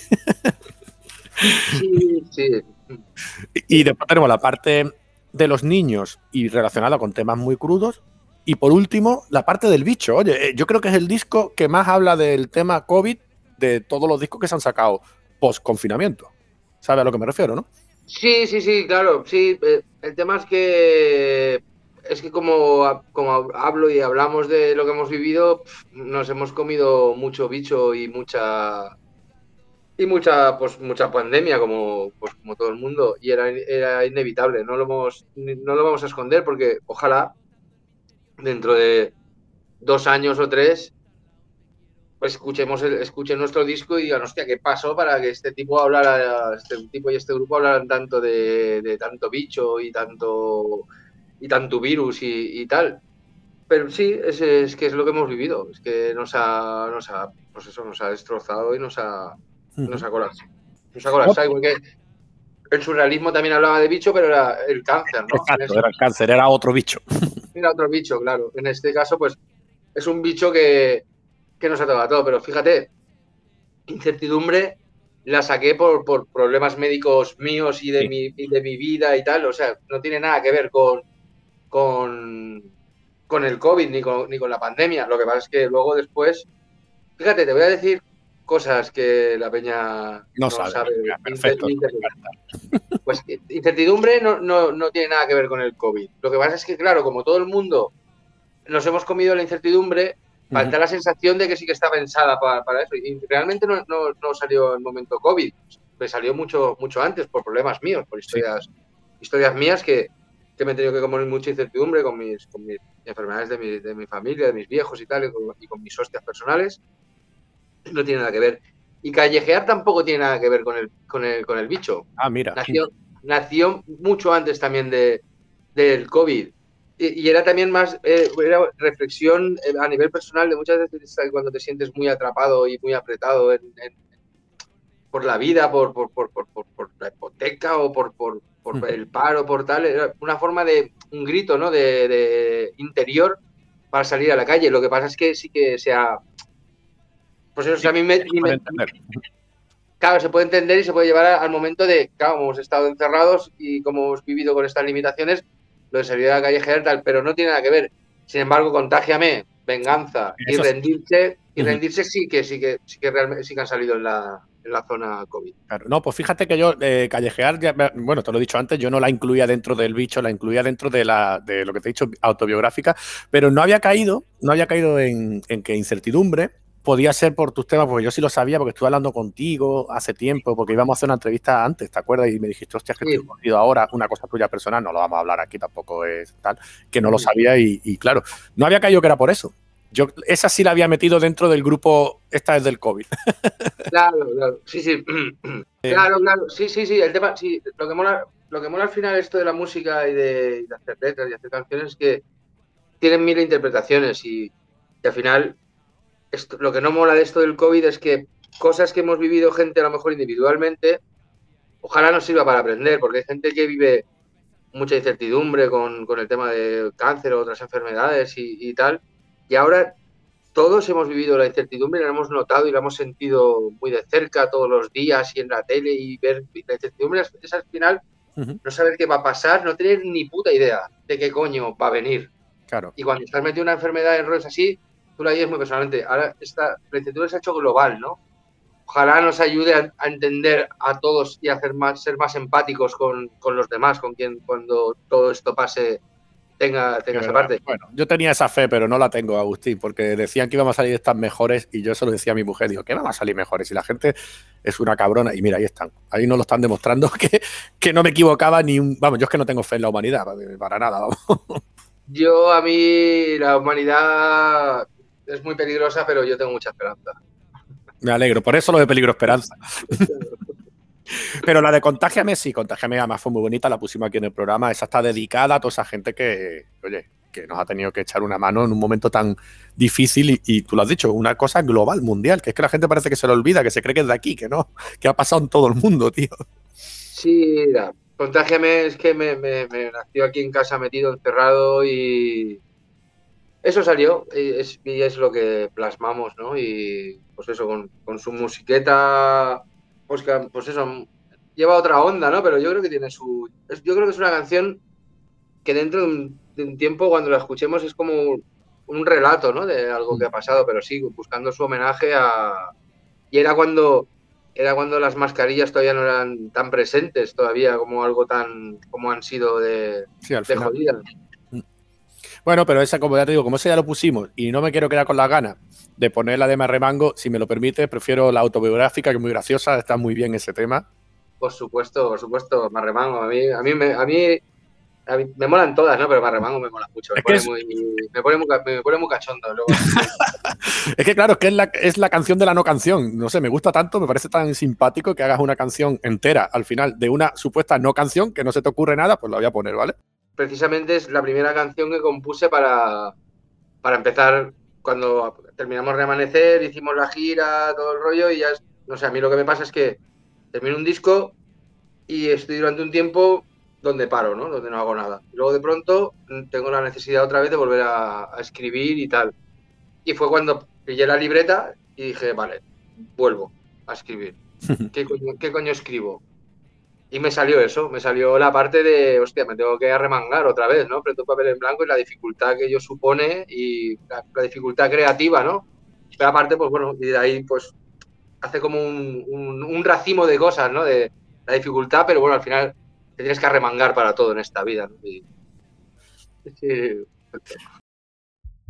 Sí, sí. Y después tenemos la parte de los niños y relacionada con temas muy crudos. Y por último, la parte del bicho. Oye, yo creo que es el disco que más habla del tema COVID de todos los discos que se han sacado post-confinamiento. ¿Sabes a lo que me refiero, no? Sí, sí, sí, claro. Sí, el tema es que es que como, como hablo y hablamos de lo que hemos vivido, nos hemos comido mucho bicho y mucha y mucha pues mucha pandemia como pues como todo el mundo, y era, era inevitable. No lo hemos no lo vamos a esconder, porque ojalá dentro de dos años o tres pues escuchemos el, escuchen nuestro disco y digan, hostia, ¿qué pasó para que este tipo hablara, este tipo y este grupo hablaran tanto de, de tanto bicho y tanto y tanto virus y, y tal? Pero sí, es, es que es lo que hemos vivido, es que nos ha, nos ha, pues eso, nos ha destrozado y nos ha, uh-huh. nos ha colapsado. Nos ha colapsado, igual que el surrealismo también hablaba de bicho, pero era el cáncer, ¿no? Exacto, era el cáncer, era otro bicho. Era otro bicho, claro. En este caso, pues, es un bicho que, que nos ha tocado todo, pero fíjate, incertidumbre la saqué por, por problemas médicos míos y de, sí. mi, y de mi vida y tal, o sea, no tiene nada que ver con, con, con el COVID ni con, ni con la pandemia. Lo que pasa es que luego después, fíjate, te voy a decir cosas que la peña no, no sabe. sabe. Perfecto. Pues incertidumbre no, no, no tiene nada que ver con el COVID. Lo que pasa es que, claro, como todo el mundo nos hemos comido la incertidumbre para dar la sensación de que sí que está pensada para, para eso. Y realmente no, no, no salió en momento COVID, me salió mucho, mucho antes por problemas míos, por historias, sí. historias mías que, que me he tenido que comer mucha incertidumbre con mis, con mis enfermedades de mi, de mi familia, de mis viejos y tal, y con, y con mis hostias personales. No tiene nada que ver. Y callejear tampoco tiene nada que ver con el, con el, con el bicho. Ah, mira. Nació, nació mucho antes también de, del COVID. Y, y era también más, eh, era reflexión a nivel personal de muchas veces cuando te sientes muy atrapado y muy apretado en, en, por la vida, por, por, por, por, por, por la hipoteca o por, por, por uh-huh. el paro, por tal. Era una forma de, un grito, ¿no? De, de interior para salir a la calle. Lo que pasa es que sí que sea... Pues eso, sí, a mí me, me, claro, se puede entender y se puede llevar al momento de, claro, hemos estado encerrados y como hemos vivido con estas limitaciones, lo de salir a la calle tal, pero no tiene nada que ver. Sin embargo, Contágiame, Venganza y eso rendirse, sí. y rendirse sí que sí que sí que realmente sí que han salido en la, en la zona COVID. Claro, no, pues fíjate que yo eh, callejear, ya, bueno, te lo he dicho antes, yo no la incluía dentro del bicho, la incluía dentro de la de lo que te he dicho autobiográfica, pero no había caído, no había caído en, en que incertidumbre podía ser por tus temas, porque yo sí lo sabía, porque estuve hablando contigo hace tiempo, porque íbamos a hacer una entrevista antes, ¿te acuerdas? Y me dijiste, hostia, que sí. estoy jodido ahora, una cosa tuya personal, no lo vamos a hablar aquí, tampoco es tal, que no sí. lo sabía y, y claro, no había caído que era por eso. Yo esa sí la había metido dentro del grupo, esta es del COVID. Claro, claro, sí, sí. Claro, claro, sí, sí, sí, el tema, sí, lo que mola, lo que mola al final esto de la música y de, y de hacer letras y hacer canciones es que tienen mil interpretaciones y, y al final... Esto, lo que no mola de esto del COVID es que cosas que hemos vivido gente a lo mejor individualmente, ojalá nos sirva para aprender, porque hay gente que vive mucha incertidumbre con, con el tema de cáncer o otras enfermedades y, y tal, y ahora todos hemos vivido la incertidumbre, la hemos notado y la hemos sentido muy de cerca todos los días y en la tele y ver la incertidumbre es al final uh-huh. no saber qué va a pasar, no tener ni puta idea de qué coño va a venir. Claro. Y cuando estás metido en una enfermedad en roles así, tú la vives muy personalmente. Ahora esta, la incertidumbre se ha hecho global, ¿no? Ojalá nos ayude a, a entender a todos y a hacer más, ser más empáticos con, con los demás, con quien cuando todo esto pase tenga, tenga esa parte. Bueno, yo tenía esa fe, pero no la tengo, Agustín, porque decían que íbamos a salir estas mejores y yo eso lo decía a mi mujer, digo, ¿qué vamos a salir mejores? Y la gente es una cabrona y mira, ahí están. Ahí nos lo están demostrando que, que no me equivocaba ni un... Vamos, yo es que no tengo fe en la humanidad, para nada, vamos. Yo, a mí, la humanidad... es muy peligrosa, pero yo tengo mucha esperanza. Me alegro, por eso lo de peligro esperanza. Pero la de Contágiame, sí, Contágiame además fue muy bonita, la pusimos aquí en el programa. Esa está dedicada a toda esa gente que, oye, que nos ha tenido que echar una mano en un momento tan difícil y, y tú lo has dicho, una cosa global, mundial, que es que la gente parece que se le olvida, que se cree que es de aquí, que no, que ha pasado en todo el mundo, tío. Sí, mira, Contágiame es que me, me, me nació aquí en casa metido, encerrado y... Eso salió y es, y es lo que plasmamos, ¿no? Y pues eso, con, con su musiqueta, pues, que, pues eso, lleva otra onda, ¿no? Pero yo creo que tiene su... Es, yo creo que es una canción que dentro de un, de un tiempo, cuando la escuchemos, es como un, un relato, ¿no? De algo que ha pasado, pero sí, buscando su homenaje a... Y era cuando, era cuando las mascarillas todavía no eran tan presentes todavía como algo tan... como han sido de, sí, al de final. jodidas. Bueno, pero esa, como ya te digo, como esa ya lo pusimos y no me quiero quedar con las ganas de poner la de Me Arremango, si me lo permite, prefiero la autobiográfica, que es muy graciosa, está muy bien ese tema. Por supuesto, por supuesto, Me Arremango. A mí, a mí, me, a mí, a mí me molan todas, ¿no? Pero Me Arremango me mola mucho. Me, es pone, es... muy, me, pone, muy, me pone muy cachondo. Luego. Es que claro, es que es la, es la canción de la no canción. No sé, me gusta tanto, me parece tan simpático que hagas una canción entera al final de una supuesta no canción que no se te ocurre nada, pues la voy a poner, ¿vale? Precisamente es la primera canción que compuse para, para empezar, cuando terminamos Reamanecer, hicimos la gira, todo el rollo y ya, es, no sé, a mí lo que me pasa es que termino un disco y estoy durante un tiempo donde paro, ¿no? Donde no hago nada. Y luego de pronto tengo la necesidad otra vez de volver a, a escribir y tal. Y fue cuando pillé la libreta y dije, vale, vuelvo a escribir. ¿Qué coño, qué coño escribo? Y me salió eso, me salió la parte de, hostia, me tengo que arremangar otra vez, ¿no? Frente a un papel en blanco y la dificultad que ello supone y la, la dificultad creativa, ¿no? Pero aparte, pues bueno, y de ahí, pues, hace como un, un, un racimo de cosas, ¿no? De la dificultad, pero bueno, al final te tienes que arremangar para todo en esta vida, ¿no? Y, sí.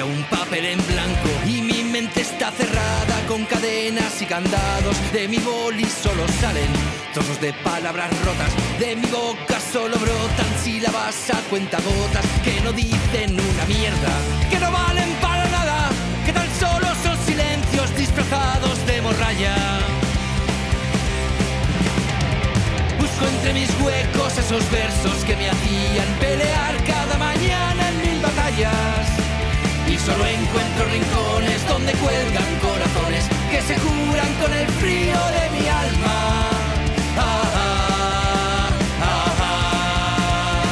queda un papel en blanco y mi mente está cerrada con cadenas y candados. De mi boli solo salen trozos de palabras rotas, de mi boca solo brotan sílabas a cuentagotas que no dicen una mierda, que no valen para nada, que tan solo son silencios disfrazados de morralla. Busco entre mis huecos esos versos que me hacían pelear cada mañana en mil batallas, y solo encuentro rincones donde cuelgan corazones que se curan con el frío de mi alma. Ah, ah, ah, ah.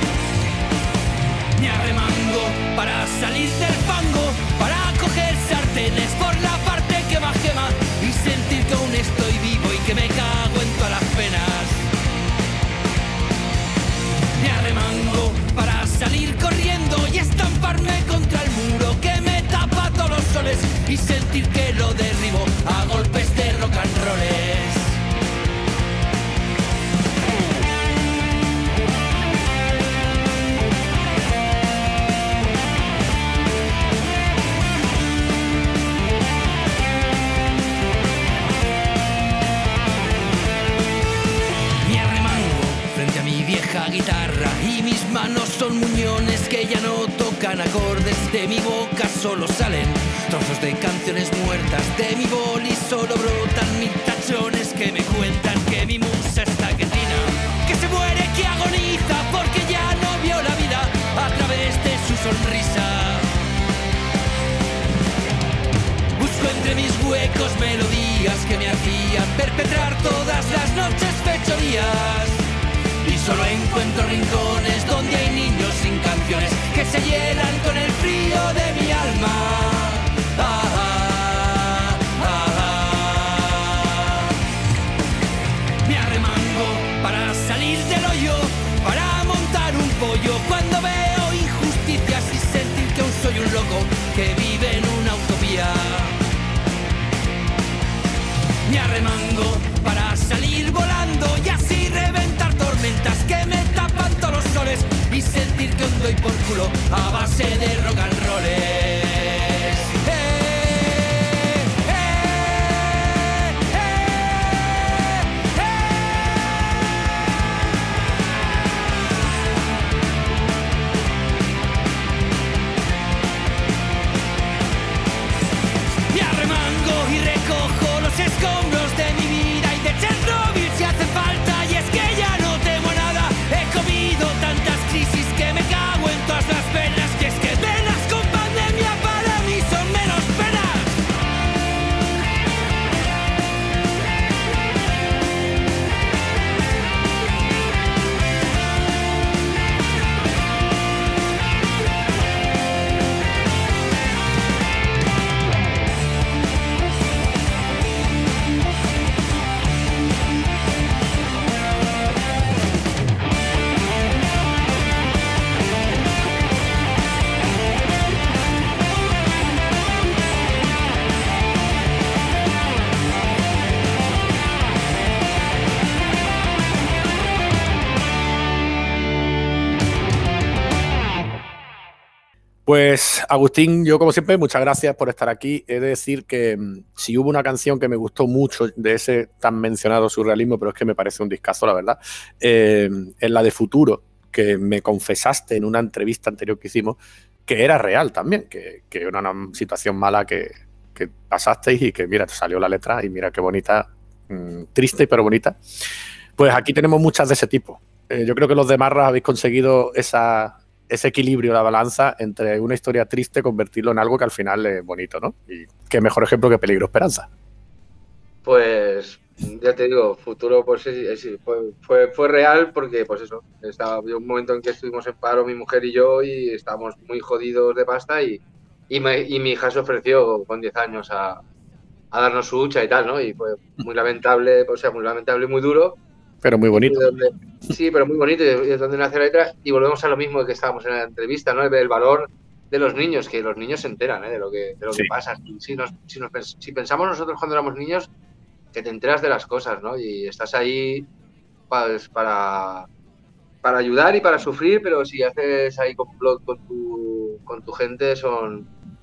Me arremango para salir del fango, para coger sartenes por la parte que más quema y sentir que aún estoy vivo y que me cago en todas las penas. Me arremango para salir corriendo y estamparme contra el muro que me tapa todos los soles y sentir que lo derribo a golpes de rock and rolls. Me arremango frente a mi vieja guitarra y mis manos son muñones que ya no tocan acordes. De mi boca solo salen trozos de canciones muertas, de mi boli solo brotan mil tachones que me cuentan que mi musa está que trina, que se muere, que agoniza porque ya no vio la vida a través de su sonrisa. Busco entre mis huecos melodías que me hacían perpetrar todas las noches fechorías, y solo encuentro rincones donde hay niños sin canciones que se hielan con el frío de mi alma. Ah, ah, ah, ah. Me arremango para salir del hoyo, para montar un pollo cuando veo injusticias y sentir que aún soy un loco que vive en una utopía. Me arremango para salir volando y así reventar tormentas que me tapan todos los soles y sentir que aún doy por culo a base de rock and rolls. Me arremango y recojo los escombros de mi vida y de Chernobyl si hace falta, y es que ya no temo nada. He comido tantas crisis que me cago en todas las penas, y es que penas con pandemia para mí son menos penas. Pues Agustín, yo como siempre, muchas gracias por estar aquí. He de decir que mmm, si hubo una canción que me gustó mucho de ese tan mencionado surrealismo, pero es que me parece un discazo, la verdad, eh, es la de Futuro, que me confesaste en una entrevista anterior que hicimos, que era real también, que, que era una situación mala que, que pasasteis y que, mira, te salió la letra y mira qué bonita, mmm, triste pero bonita. Pues aquí tenemos muchas de ese tipo. Eh, yo creo que los de Marras habéis conseguido esa... ese equilibrio, la balanza entre una historia triste, convertirlo en algo que al final es bonito, ¿no? Y qué mejor ejemplo que Peligro Esperanza. Pues ya te digo, Futuro pues sí, sí, fue, fue, fue real porque pues eso, estaba había un momento en que estuvimos en paro mi mujer y yo y estábamos muy jodidos de pasta y, y, me, y mi hija se ofreció con diez años a, a darnos su hucha y tal, ¿no? Y fue muy lamentable, o sea, muy lamentable y muy duro. Pero muy bonito. Donde, sí, pero muy bonito, y es donde nace la letra, y volvemos a lo mismo que estábamos en la entrevista, ¿no? El valor de los niños, que los niños se enteran, ¿eh? de lo que, de lo sí. que pasa. Si, nos, si, nos, si pensamos nosotros cuando éramos niños, que te enteras de las cosas, ¿no? Y estás ahí pues, para, para ayudar y para sufrir, pero si haces ahí complot con tu, con tu gente, son,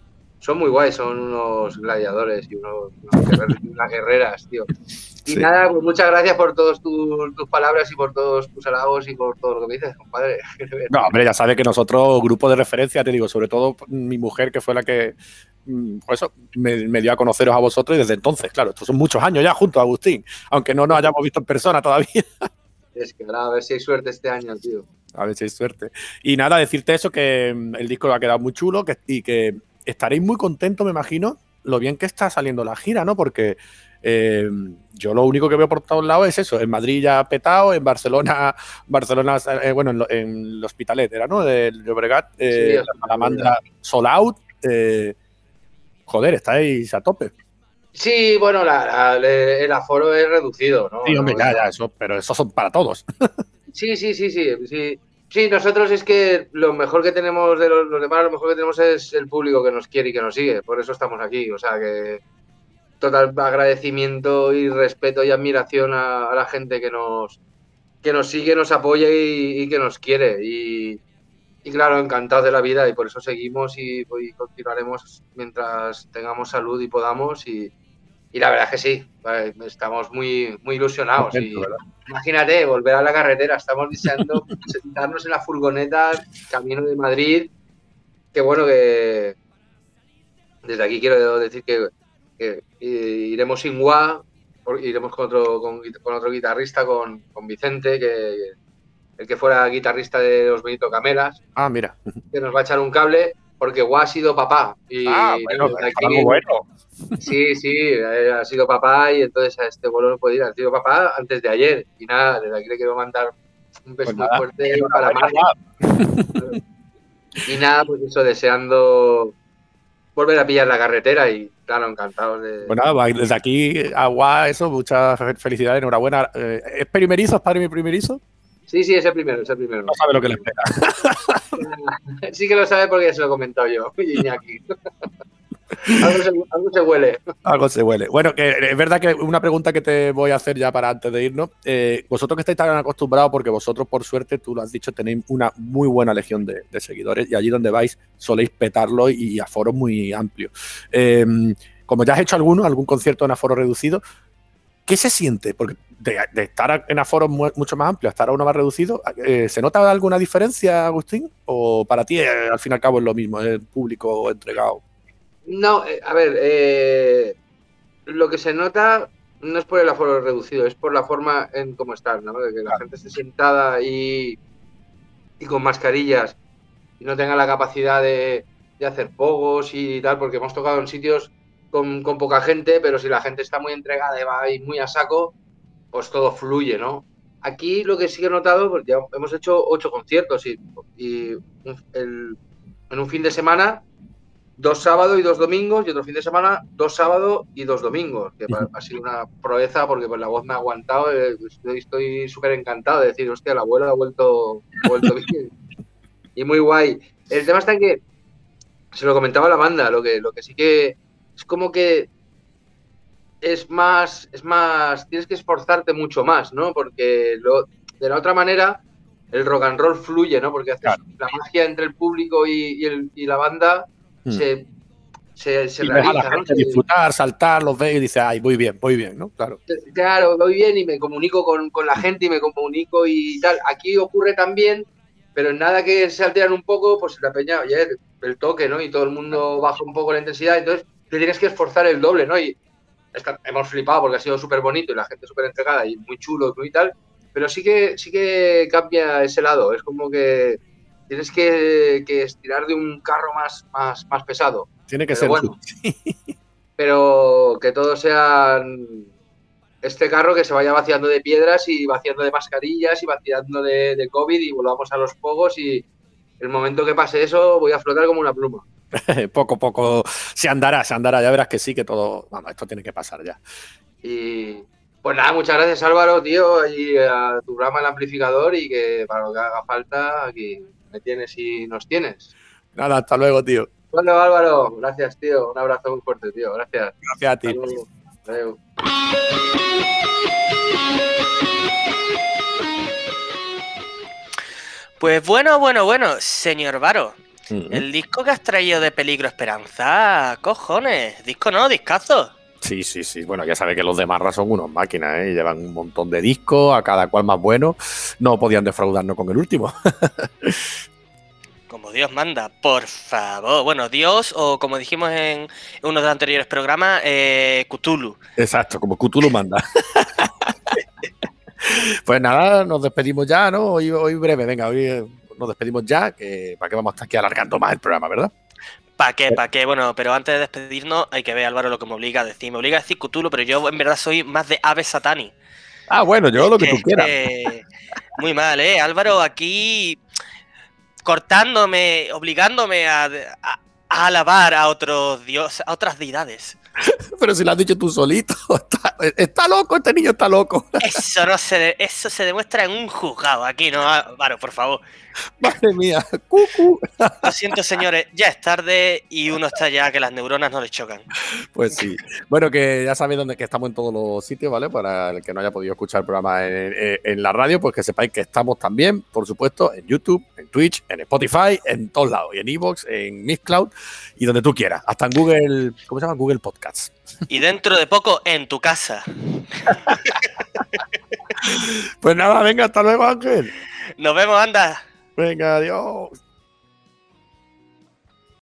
son muy guays, son unos gladiadores y unos, unos guerreros y unas guerreras, tío. Y Sí. nada, pues muchas gracias por todas tus, tus palabras y por todos tus halagos y por todo lo que me dices, compadre. No, hombre, ya sabes que nosotros, grupo de referencia, te digo, sobre todo mi mujer, que fue la que mm, pues eso, me, me dio a conoceros a vosotros y desde entonces, claro, estos son muchos años ya juntos, Agustín, aunque no nos hayamos visto en persona todavía. Es que ahora a ver si hay suerte este año, tío. A ver si hay suerte. Y nada, decirte eso, que mm, el disco ha quedado muy chulo que, y que estaréis muy contentos, me imagino, lo bien que está saliendo la gira, ¿no? Porque eh, yo lo único que veo por todos lados es eso. En Madrid ya ha petado, en Barcelona, Barcelona eh, bueno, en, lo, en el Hospitalet era, ¿no? Del Llobregat, eh, Sí, la Salamandra sold out. Eh, joder, estáis a tope. Sí, bueno, la, la, el aforo es reducido, ¿no? Sí, hombre, No, ya, no. ya, eso, pero esos son para todos. Sí, sí, sí, sí, sí. Sí, nosotros es que lo mejor que tenemos de los, los demás, lo mejor que tenemos es el público que nos quiere y que nos sigue. Por eso estamos aquí. O sea que total agradecimiento y respeto y admiración a, a la gente que nos, que nos sigue, nos apoya y, y que nos quiere. Y, y claro, encantados de la vida y por eso seguimos y, y continuaremos mientras tengamos salud y podamos. Y, y la verdad es que sí, estamos muy, muy ilusionados. Y, imagínate, volver a la carretera, estamos deseando sentarnos en la furgoneta, camino de Madrid. Qué bueno que desde aquí quiero decir que, que iremos sin Gua, iremos con otro, con, con otro guitarrista, con, con Vicente, que el que fuera guitarrista de los Benito Camelas. Ah, mira. Que nos va a echar un cable, porque Gua ha sido papá. Y, ah, bueno, no, aquí, algo bueno. Sí, sí, ha sido papá y entonces a este vuelo no puede ir. Ha sido papá antes de ayer. Y nada, desde aquí le quiero mandar un beso pues muy nada, fuerte para Marta. Y nada, pues eso, deseando volver a pillar la carretera y claro, encantados de... Pues nada, desde aquí, agua, eso, muchas felicidades, enhorabuena. ¿Es primerizo? ¿Es padre mi primerizo? Sí, sí, es el primero, es el primero. No sabe lo que le espera. Sí que lo sabe porque se lo he comentado yo, Iñaki. Algo se, algo se huele. Algo se huele. Bueno, que es verdad que una pregunta que te voy a hacer ya para antes de irnos. Eh, vosotros que estáis tan acostumbrados, porque vosotros, por suerte, tú lo has dicho, tenéis una muy buena legión de, de seguidores y allí donde vais soléis petarlo y, y aforos muy amplios. Eh, como ya has hecho alguno, algún concierto en aforo reducido, ¿qué se siente? Porque de, de estar en aforos mu mucho más amplios a estar a uno más reducido, eh, ¿se nota alguna diferencia, Agustín? ¿O para ti, eh, al fin y al cabo, es lo mismo, es el público entregado? No, eh, a ver, eh, lo que se nota no es por el aforo reducido, es por la forma en cómo están, ¿no? De que la claro. gente esté sentada y, y con mascarillas y no tenga la capacidad de, de hacer pogos y tal, porque hemos tocado en sitios con, con poca gente, pero si la gente está muy entregada y va ahí muy a saco, pues todo fluye, ¿no? Aquí lo que sí que he notado, pues ya hemos hecho ocho conciertos y, y el, en un fin de semana dos sábados y dos domingos y otro fin de semana dos sábados y dos domingos, que ha sido una proeza porque pues la voz me ha aguantado, estoy súper encantado de decir, hostia, la abuela ha vuelto, ha vuelto bien y muy guay. El tema está en que, se lo comentaba la Amanda, lo que, lo que sí que es como que es más, es más, tienes que esforzarte mucho más, ¿no? Porque lo, de la otra manera el rock and roll fluye, ¿no? Porque haces claro. la magia entre el público y, y, el, y la banda hmm. se, se, se y realiza, a la ¿no? gente disfrutar, saltar, los ves y dices, ay, muy bien, muy bien, ¿no? Claro. Claro, voy bien y me comunico con, con la gente y me comunico y tal. Aquí ocurre también, pero en nada que se alteran un poco, pues la peña, oye, el toque, ¿no? Y todo el mundo baja un poco la intensidad, entonces te tienes que esforzar el doble, ¿no? Y está, hemos flipado porque ha sido súper bonito y la gente súper entregada y muy chulo y tal, pero sí que, sí que cambia ese lado, es como que tienes que, que estirar de un carro más, más, más pesado. Tiene que pero ser bueno, pero que todos sean este carro que se vaya vaciando de piedras y vaciando de mascarillas y vaciando de, de COVID y volvamos a los pogos y el momento que pase eso voy a flotar como una pluma. Poco a poco se andará, se andará, ya verás que sí, que todo, vamos, esto tiene que pasar ya. Y pues nada, muchas gracias Álvaro, tío, y a tu programa El Amplificador y que para lo que haga falta aquí me tienes y nos tienes. Nada, hasta luego, tío. Bueno, Álvaro, gracias, tío, un abrazo muy fuerte, tío, gracias. Gracias a ti. Adiós. Pues bueno, bueno, bueno, señor Varo. Mm. El disco que has traído de Peligro Esperanza, cojones. Disco no, discazo. Sí, sí, sí. Bueno, ya sabes que los de Marra son unos máquinas, ¿eh? Llevan un montón de discos, a cada cual más bueno. No podían defraudarnos con el último. Como Dios manda, por favor. Bueno, Dios, o como dijimos en uno de los anteriores programas, eh, Cthulhu. Exacto, como Cthulhu manda. Pues nada, nos despedimos ya, ¿no? Hoy, hoy breve, venga, hoy eh, nos despedimos ya, que para qué vamos a estar aquí alargando más el programa, ¿verdad? ¿Para qué? ¿Para qué? Bueno, pero antes de despedirnos hay que ver, Álvaro, lo que me obliga a decir. Me obliga a decir Cthulhu, pero yo en verdad soy más de Ave Satani. Ah, bueno, yo lo que tú Es quieras. que- Muy mal, ¿eh? Álvaro, aquí cortándome, obligándome a, a- a alabar a otros dioses, a otras deidades. Pero si lo has dicho tú solito, está, está loco, este niño está loco. Eso no se, eso se demuestra en un juzgado. Aquí no, Álvaro, por favor. Madre mía, cucu. Lo siento, señores, ya es tarde y uno está ya que las neuronas no le chocan. Pues sí. Bueno, que ya sabéis dónde que estamos en todos los sitios, ¿vale? Para el que no haya podido escuchar el programa en, en- en la radio, pues que sepáis que estamos también, por supuesto, en YouTube, en Twitch, en Spotify, en todos lados, y en iVoox, en Mixcloud y donde tú quieras. Hasta en Google, ¿cómo se llama? Google Podcasts. Y dentro de poco, en tu casa. Pues nada, venga, hasta luego, Ángel. Nos vemos, anda. Venga, adiós.